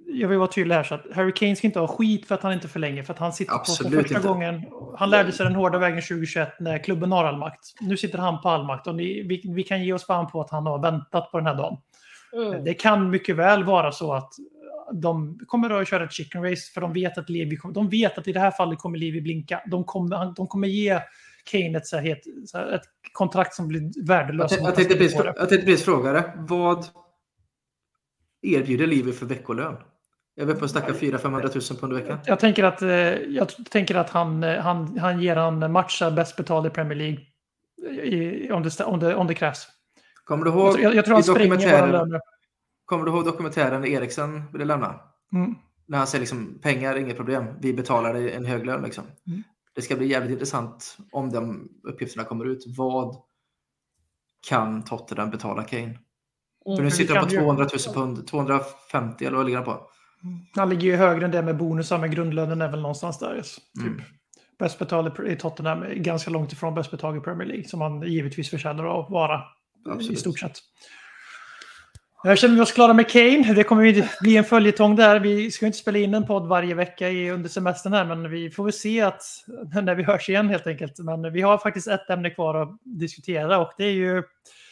jag vill vara tydlig här så att Harry Kane ska inte ha skit för att han inte förlänger, för att han sitter Absolut på för första inte. gången. Han lärde sig den hårda vägen tjugohundratjugoett när klubben har all makt. Nu sitter han på all makt och ni, vi, vi kan ge oss fan på att han har väntat på den här dagen. Mm. Det kan mycket väl vara så att de kommer att köra ett chicken race för de vet att Levi kommer, de vet att i det här fallet kommer Levi blinka. De kommer, de kommer ge Kane ett, så här, ett, så här, ett kontrakt som blir värdelöst. Jag tänkte precis, jag tänkte precis fråga det. Vad erbjuder Levi för veckolön? Jag vet på att snacka fyra till femhundratusen på en vecka. Jag tänker att, jag tänker att han, han, han ger han matcha bäst betald i Premier League i, om, det, om, det, om det krävs. Kommer du ihåg jag, jag tror han springer bara löner. Kommer du ihåg dokumentären när Eriksen ville lämna? Mm. När han säger liksom, pengar, inget problem. Vi betalar dig en hög lön. Liksom. Mm. Det ska bli jävligt intressant om de uppgifterna kommer ut. Vad kan Tottenham betala Kane? Mm. För nu sitter han på tvåhundratusen pund. tvåhundrafemtio eller vad ligger han på? Han ligger ju högre än det med bonusar, med grundlönen är väl någonstans där. Typ. Mm. Bäst betald i Tottenham är ganska långt ifrån bäst betald i Premier League, som han givetvis förtjänar att vara. Absolut. I stort sett. Jag känner vi oss klara med Kane. Det kommer ju bli en följetong där. Vi ska inte spela in en podd varje vecka under semestern här, men vi får väl se att när vi hörs igen helt enkelt. Men vi har faktiskt ett ämne kvar att diskutera och det är ju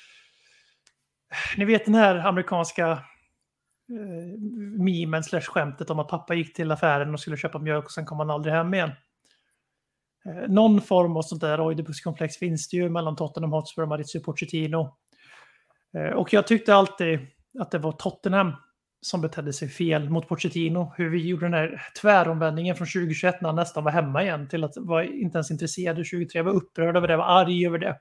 ni vet den här amerikanska eh, memen slash skämtet om att pappa gick till affären och skulle köpa mjölk och sen kom han aldrig hem igen. Eh, någon form av sånt där Oidipuskomplex finns det ju mellan Tottenham Hotspur och Maurizio Pochettino. Eh, och jag tyckte alltid att det var Tottenham som betedde sig fel mot Pochettino. Hur vi gjorde den här tväromvändningen från tjugohundratjugoett när han nästan var hemma igen till att vara inte ens intresserad. tjugohundratjugotre var upprörd över det, var arg över det.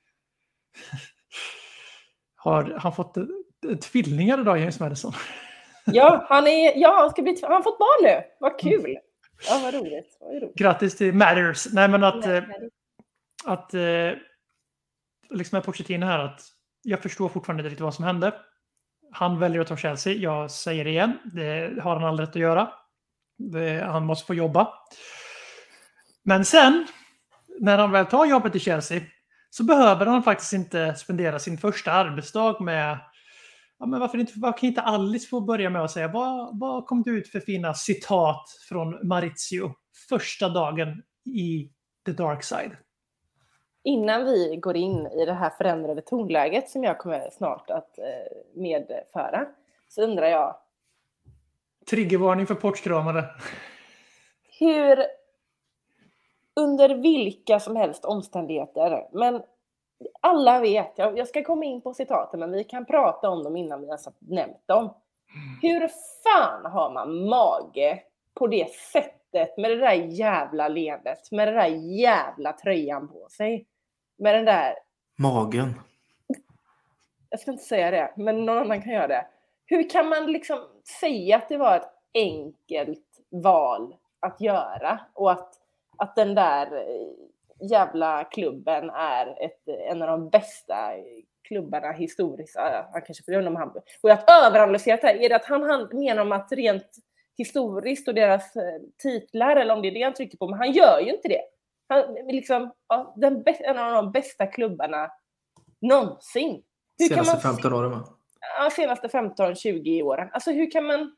Har han fått tvillingar idag, James Madison? Ja, han är ja, han ska bli han har fått barn nu. Vad kul. Ja, vad roligt. Vad roligt. Grattis till Matters. Nej, men att Nej, eh, att eh, liksom med Pochettino här att jag förstår fortfarande inte riktigt vad som hände. Han väljer att ta Chelsea. Jag säger det igen. Det har han all rätt att göra. Det, han måste få jobba. Men sen när han väl tar jobbet i Chelsea så behöver han faktiskt inte spendera sin första arbetsdag med ja, men varför inte, varför kan inte Alice få börja med att säga vad, vad kom det ut för fina citat från Maurizio första dagen i The Dark Side? Innan vi går in i det här förändrade tonläget som jag kommer snart att eh, medföra så undrar jag triggervarning för portkramare. Hur under vilka som helst omständigheter, men alla vet, jag, jag ska komma in på citaten men vi kan prata om dem innan vi har nämnt dem. Hur fan har man mage på det sättet med det där jävla leendet, med det där jävla tröjan på sig, med den där magen. Jag ska inte säga det, men någon annan kan göra det. Hur kan man liksom säga att det var ett enkelt val att göra och att att den där jävla klubben är ett, en av de bästa klubbarna historiskt. Han kanske får göra om han. Och att överanalysera det här, är det att han, han menar om att rent historiskt och deras titlar eller om det är det han trycker på, men han gör ju inte det. Han liksom ja, den bästa, en av de bästa klubbarna någonsin. Hur senaste kan man, femton åren va? Ja, senaste femton tjugo åren. Alltså hur kan man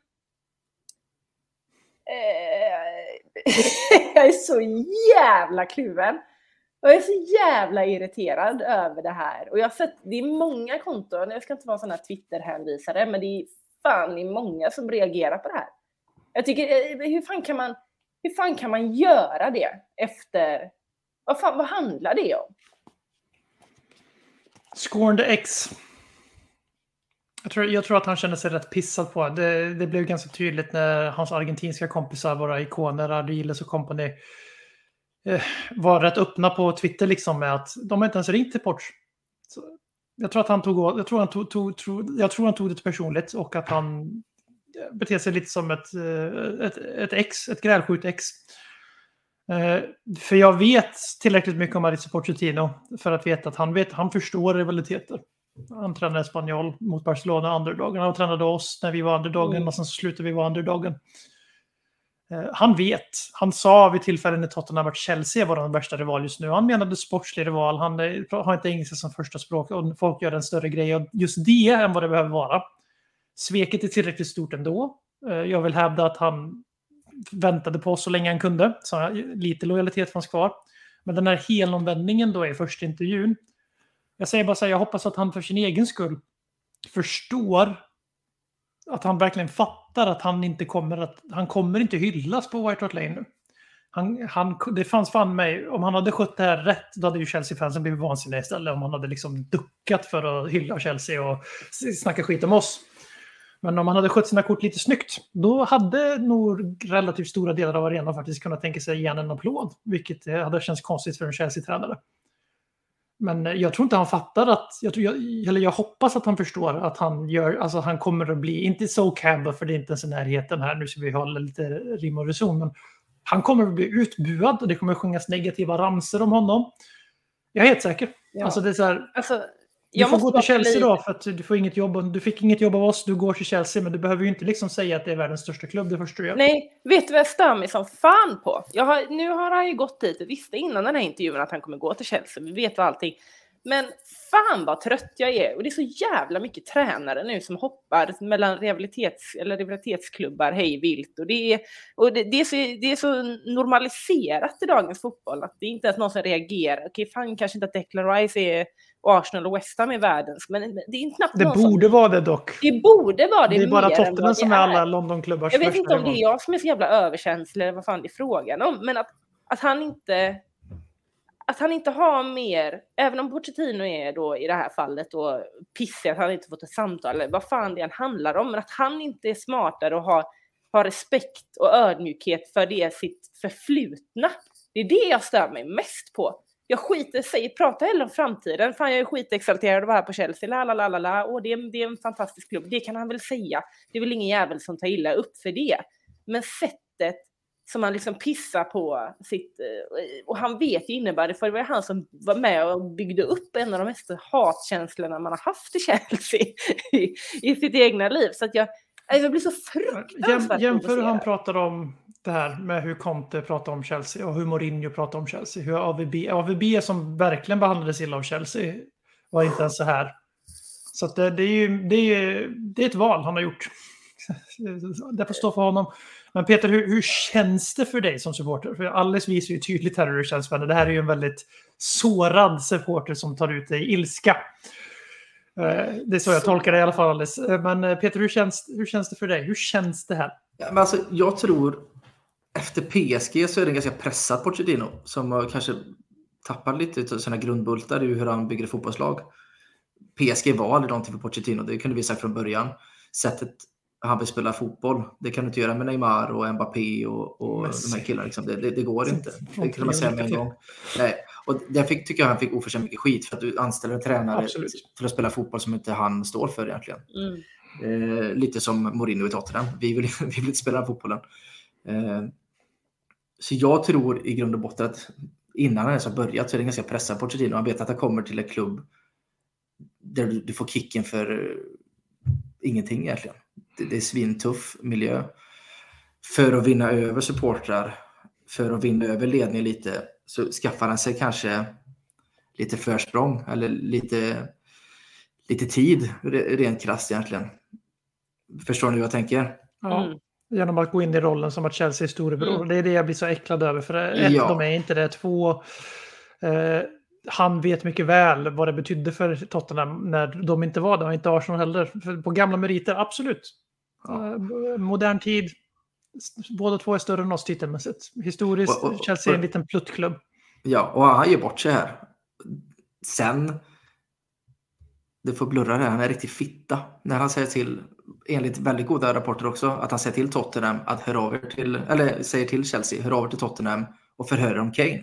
jag är så jävla kluven. Jag är så jävla irriterad över det här. Och jag har sett, det är många konton, jag ska inte vara sån här Twitter-hänvisare, men det är fan det är många som reagerar på det här. Jag tycker, hur fan kan man, hur fan kan man göra det efter, vad fan, vad handlar det om? Scorned X. Jag tror, jag tror att han kände sig rätt pissad på det. Det blev ganska tydligt när hans argentinska kompisar, våra ikoner, Ardiles och company, eh, var rätt öppna på Twitter liksom med att de inte ens ringt till Porch. Så jag tror att han tog, jag tror han tog, tog, tog, jag tror han tog det personligt och att han beter sig lite som ett, ett, ett ex, ett grälskjut ex. Eh, för jag vet tillräckligt mycket om Maurizio Pochettino för att veta att han vet, han förstår rivaliteter. Han tränade Espanyol mot Barcelona underdagen. Han tränade oss när vi var underdagen mm. och sen så slutade vi vara underdagen. Eh, han vet. Han sa vid tillfällen i Tottenham att Chelsea var den värsta rival just nu. Han menade sportslig rival. Han eh, har inte engelska som första språk och folk gör en större grej av just det än vad det behöver vara. Sveket är tillräckligt stort ändå. Jag vill hävda att han väntade på oss så länge han kunde. Så lite lojalitet fanns kvar. Men den här helomvändningen då i första intervjun. Jag säger bara så här, jag hoppas att han för sin egen skull förstår att han verkligen fattar att han inte kommer att han kommer inte hyllas på White Hart Lane nu. Han, han, det fanns fan mig, om han hade skött det här rätt, då hade ju Chelsea-fansen blivit vansinniga istället. Om han hade liksom duckat för att hylla Chelsea och snacka skit om oss. Men om han hade skött sina kort lite snyggt, då hade nog relativt stora delar av arenan faktiskt kunnat tänka sig igen en applåd. Vilket hade känts konstigt för en Chelsea-tränare. Men jag tror inte han fattar att, jag, tror, jag, eller jag hoppas att han förstår att han gör, alltså han kommer att bli, inte så Campbell för det är inte ens i närheten här, nu ska vi hålla lite rim och reson, men han kommer att bli utbuad och det kommer att sjungas negativa ramser om honom. Jag är helt säker. Ja. Alltså det är så här, alltså, du får gå till Chelsea då för att du får inget jobb. Du fick inget jobb av oss, du går till Chelsea, men du behöver ju inte liksom säga att det är världens största klubb, det förstår jag. Nej, vet du vad jag stör mig som fan på? Jag har, nu har han ju gått dit och visste innan den här intervjun att han kommer gå till Chelsea. Vi vet vad allting. Men fan vad trött jag är. Och det är så jävla mycket tränare nu som hoppar mellan rehabilitets, eller rehabilitetsklubbar hej vilt. Och, det är, och det, det, är så, det är så normaliserat i dagens fotboll att det är inte ens någon som reagerar. Okej, fan kanske inte att Declan Rice är och Arsenal och West Ham är världens. Men det är knappt det någon borde som, vara det dock. Det borde vara det. Det är bara mer Tottenham som är alla Londonklubbar. Jag vet inte om det är jag som är så jävla överkänslig eller vad fan det är frågan om. Men att, att han inte... Att han inte har mer, även om Pochettino är då i det här fallet och pissig att han inte fått ett samtal eller vad fan det än handlar om, men att han inte är smartare och har, har respekt och ödmjukhet för det sitt förflutna. Det är det jag stör mig mest på. Jag skiter sig, pratar hellre om framtiden. Fan, jag är skitexalterad att vara här på Chelsea. Lalalala, och det är, det är en fantastisk klubb. Det kan han väl säga. Det är väl ingen jävel som tar illa upp för det. Men sättet som han liksom pissar på sitt, och han vet innebär det, för det var han som var med och byggde upp en av de mest hatkänslorna man har haft i Chelsea i, i sitt egna liv. Så att jag, jag blir så fruktansvärt Jäm, Jämför hur han pratar om det här med hur Conte pratar om Chelsea och hur Mourinho pratar om Chelsea. Hur A V B, A V B som verkligen behandlades illa av Chelsea var inte ens så här. Så att det, det, är ju, det, är, det är ett val han har gjort. Det får stå för honom. Men Peter, hur, hur känns det för dig som supporter? För alldeles visar ju tydligt här hur det känns. Det här är ju en väldigt sårad supporter som tar ut dig i ilska. Det är så jag tolkar det i alla fall alldeles. Men Peter, hur känns, hur känns det för dig? Hur känns det här? Ja, men alltså, jag tror efter P S G så är det en ganska pressad Pochettino som kanske tappar lite av sina grundbultar i hur han bygger ett fotbollslag. P S G var aldrig någonting för Pochettino, det kunde vi sagt från början. Sättet han vill spela fotboll, det kan du inte göra med Neymar och Mbappé och, och de här killarna. Liksom. Det, det, det går inte. Det kan man säga med en gång. Nej. Och jag fick, tycker jag han fick oförtjänt mycket skit för att du anställer en tränare Absolut. för att spela fotboll som inte han står för egentligen. Mm. Eh, lite som Mourinho i Tottenham. Vi vill, vi vill inte spela fotbollen. Eh, så jag tror i grund och botten att innan han ens har börjat så är det ganska pressad Pochettino. Han vet att han kommer till en klubb där du, du får kicken för uh, ingenting egentligen. Det, det är svintuff miljö. För att vinna över supportrar, för att vinna över ledningen lite, så skaffar han sig kanske lite försprång eller lite, lite tid rent krasst egentligen. Förstår ni vad jag tänker? Ja. Mm. Genom att gå in i rollen som att Chelsea är storebror. Mm. Det är det jag blir så äcklad över. För ett, ja. de är inte det. Två, eh, han vet mycket väl vad det betydde för Tottenham när de inte var det. Och inte Arsenal heller. För på gamla meriter, absolut. Ja. Eh, modern tid. Båda två är större än oss titelmässigt. Historiskt, och, och, Chelsea är en liten pluttklubb. Ja, och han ger bort sig här. Sen, det får blurra det här, han är riktigt fitta. När han säger till, enligt väldigt goda rapporter också, att han säger till Tottenham att hör över till, eller säger till Chelsea, hör över till Tottenham och förhör om Kane.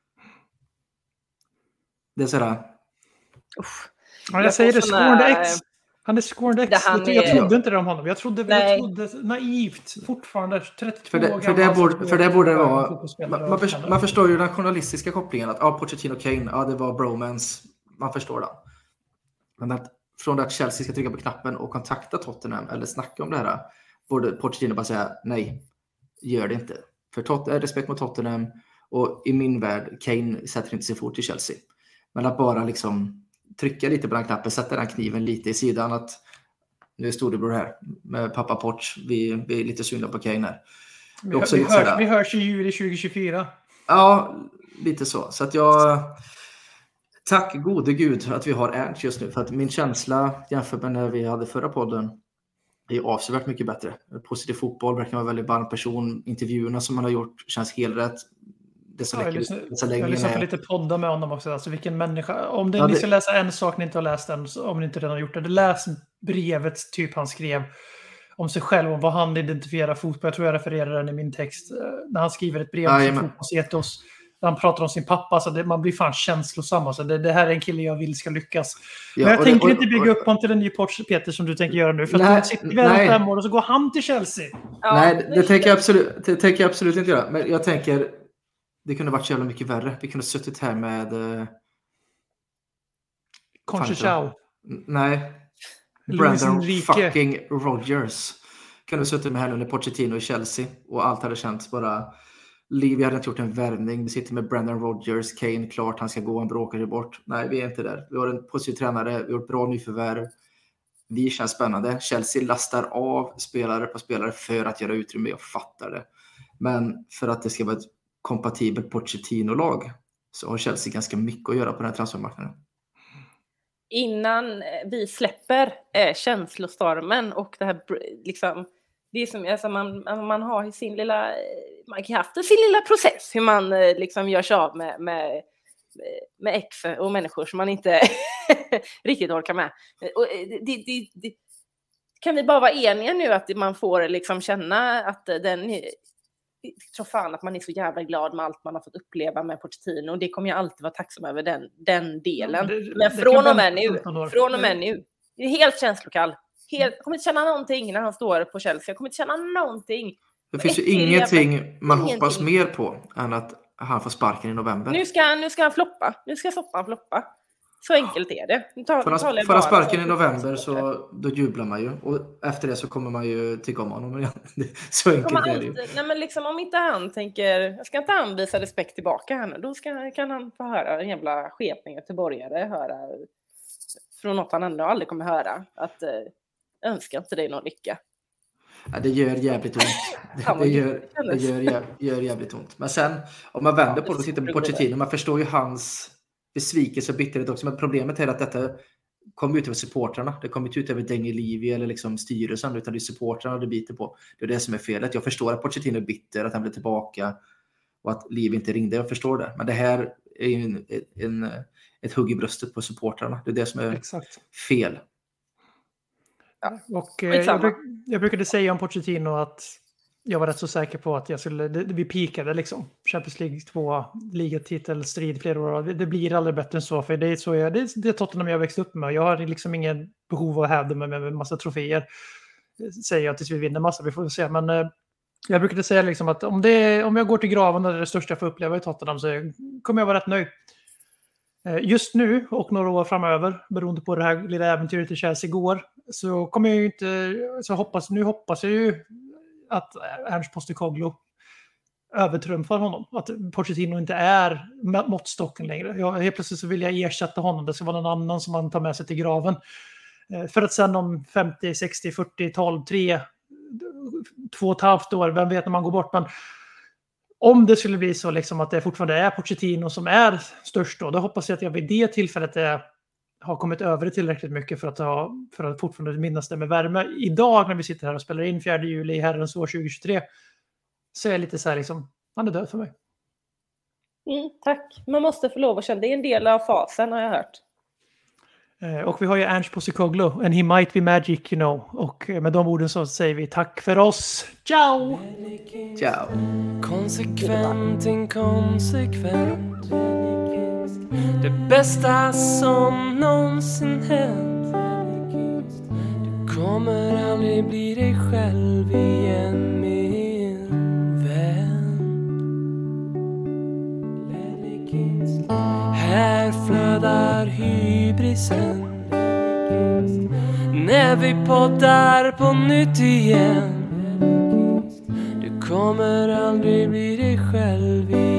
Det är sådär. Uff. Ja, jag, jag säger det, scorned X. Han är scorned X. Jag, jag trodde inte det om honom. Jag trodde, jag trodde naivt fortfarande trettiotvå för det, för det borde, för det borde det vara. Man, man, förstår, man förstår ju den journalistiska kopplingen att ja, Pochettino och Kane, ja, det var bromance. Man förstår det. Men att från att Chelsea ska trycka på knappen och kontakta Tottenham eller snacka om det här, borde Pochettino bara säga nej, gör det inte. För tot- respekt mot Tottenham, och i min värld, Kane sätter inte sig fort i Chelsea. Men att bara liksom trycka lite på den knappen, sätta den kniven lite i sidan, att nu är storebror här med pappa Porch. Vi, vi är lite sugna på Kane här. Vi, också vi, hörs, vi hörs i juli tjugo tjugofyra. Ja, lite så. Så att jag... Tack gode gud att vi har Ernst just nu. För att min känsla jämfört med när vi hade förra podden är avsevärt mycket bättre. Positiv fotboll, verkar vara en väldigt varm person. Intervjuerna som man har gjort känns helt rätt. Det så ja, jag lyssnar, jag lyssnar på lite poddar med honom också. Alltså vilken människa. Om det, ja, det... ni ska läsa en sak ni inte har läst än, om ni inte redan har gjort det. Läs brevet typ han skrev om sig själv, om vad han identifierar fotboll. Jag tror jag refererar den i min text. När han skriver ett brev till fotbollsetos. När han pratar om sin pappa. Så det, man blir fan känslosam. Alltså det, det här är en kille jag vill ska lyckas. Ja, men jag tänker det, och, inte bygga upp honom till en ny Porch, Peter, som du tänker göra nu. För nej, att sitter vi här fem år och så går han till Chelsea. Ja, nej, det, det, tänker jag absolut, det tänker jag absolut inte göra. Men jag tänker... Det kunde varit så jävla mycket värre. Vi kunde ha suttit här med... Uh, Conchechao. Nej. Brandon fucking Rodgers. Kunde ha suttit med här under Pochettino i Chelsea. Och allt hade känts bara... Liv, vi hade inte gjort en värvning. Vi sitter med Brandon Rodgers. Kane, klart han ska gå. Han bråkar sig bort. Nej, vi är inte där. Vi har en positiv tränare. Vi har ett bra nyförvärv. Vi känns spännande. Chelsea lastar av spelare på spelare för att göra utrymme. Jag fattar det. Men för att det ska vara ett kompatibelt Pochettino-lag så har Chelsea ganska mycket att göra på den här transfermarknaden. Innan vi släpper eh, känslostormen och det här liksom, det är som alltså man, man har sin lilla man kan haft sin lilla process hur man eh, liksom gör sig av med, med, med ex och människor som man inte riktigt orkar med. Och det, det, det, kan vi bara vara eniga nu att man får liksom känna att den jag tror fan att man är så jävla glad med allt man har fått uppleva med Pochettino. Och det kommer jag alltid vara tacksam över den, den delen. Ja, det, Men från och med nu, från och med nu. Det är helt känslokall. Helt, jag kommer inte känna någonting när han står på Chelsea. Jag kommer inte känna någonting. Det finns ju ingenting jävla, man ingenting. hoppas mer på än att han får sparken i november. Nu ska, nu ska han floppa. Nu ska Soppan floppa. Så enkelt är det. Tar, för han, för han sparken i november så då jublar man ju. Och efter det så kommer man ju tycka om honom. Så enkelt är det ju. Nej, men liksom, om inte han tänker, jag ska inte han visa respekt tillbaka här nu. Då ska, kan han få höra en jävla skepning göteborgare höra från något han ändå aldrig kommer höra. Att eh, önskar inte dig någon lycka. Ja, det gör jävligt ont. Det, det, gör, det gör, gör jävligt ont. Men sen, om man vänder på det och tittar på Pochettino, man förstår ju hans besvikelse och bitterhet också. Men problemet är att detta kommer ut över supportrarna. Det kommer inte ut över Daniel Levy eller liksom styrelsen, utan det är supportrarna det biter på. Det är det som är felet. Jag förstår att Pochettino är bitter, att han blir tillbaka och att Levy inte ringde. Jag förstår det. Men det här är ju en, en, ett hugg i bröstet på supportrarna. Det är det som är Exakt. fel. Ja. Och eh, jag, bruk, jag brukade säga om Pochettino att jag var rätt så säker på att jag skulle, det, vi pikade liksom. Champions League två, ligatitel, strid flera år. Det, det blir aldrig bättre än så. För det är så jag, det, det är Tottenham jag växte upp med. Jag har liksom ingen behov av att hävda mig med, med massa troféer. Säger jag tills vi vinner massa, vi får se. Men eh, jag brukade säga liksom att om, det, om jag går till graven och det är det största jag får uppleva i Tottenham så kommer jag vara rätt nöjd. Eh, just nu och några år framöver, beroende på det här lilla äventyret i Chelsea går, så kommer jag ju inte, så hoppas, nu hoppas jag ju att Ernst Postecoglou övertrumfar honom. Att Pochettino inte är måttstocken längre. Jag, helt plötsligt så vill jag ersätta honom. Det ska vara någon annan som man tar med sig till graven. Eh, för att sen om femtio, sextio, fyrtio, tolv, tre, två och ett halvt år, vem vet när man går bort. Men om det skulle bli så liksom att det fortfarande är Pochettino som är störst då, då hoppas jag att jag vid det tillfället är, har kommit över det tillräckligt mycket för att, ha, för att fortfarande minnas det med värme. Idag när vi sitter här och spelar in fjärde juli i herrens år tjugo tjugotre så är jag lite så här liksom, han är död för mig. Mm, tack. Man måste få lov att känna, det är en del av fasen har jag hört. Eh, och vi har ju Ernst Postecoglou, and he might be magic, you know. Och med de orden så säger vi tack för oss. Ciao! Ciao! Konsekvent, inkonsekvent. Det bästa som någonsin hänt. Du kommer aldrig bli dig själv igen, min vän. Här flödar hybrisen när vi poddar på nytt igen. Du kommer aldrig bli dig själv igen.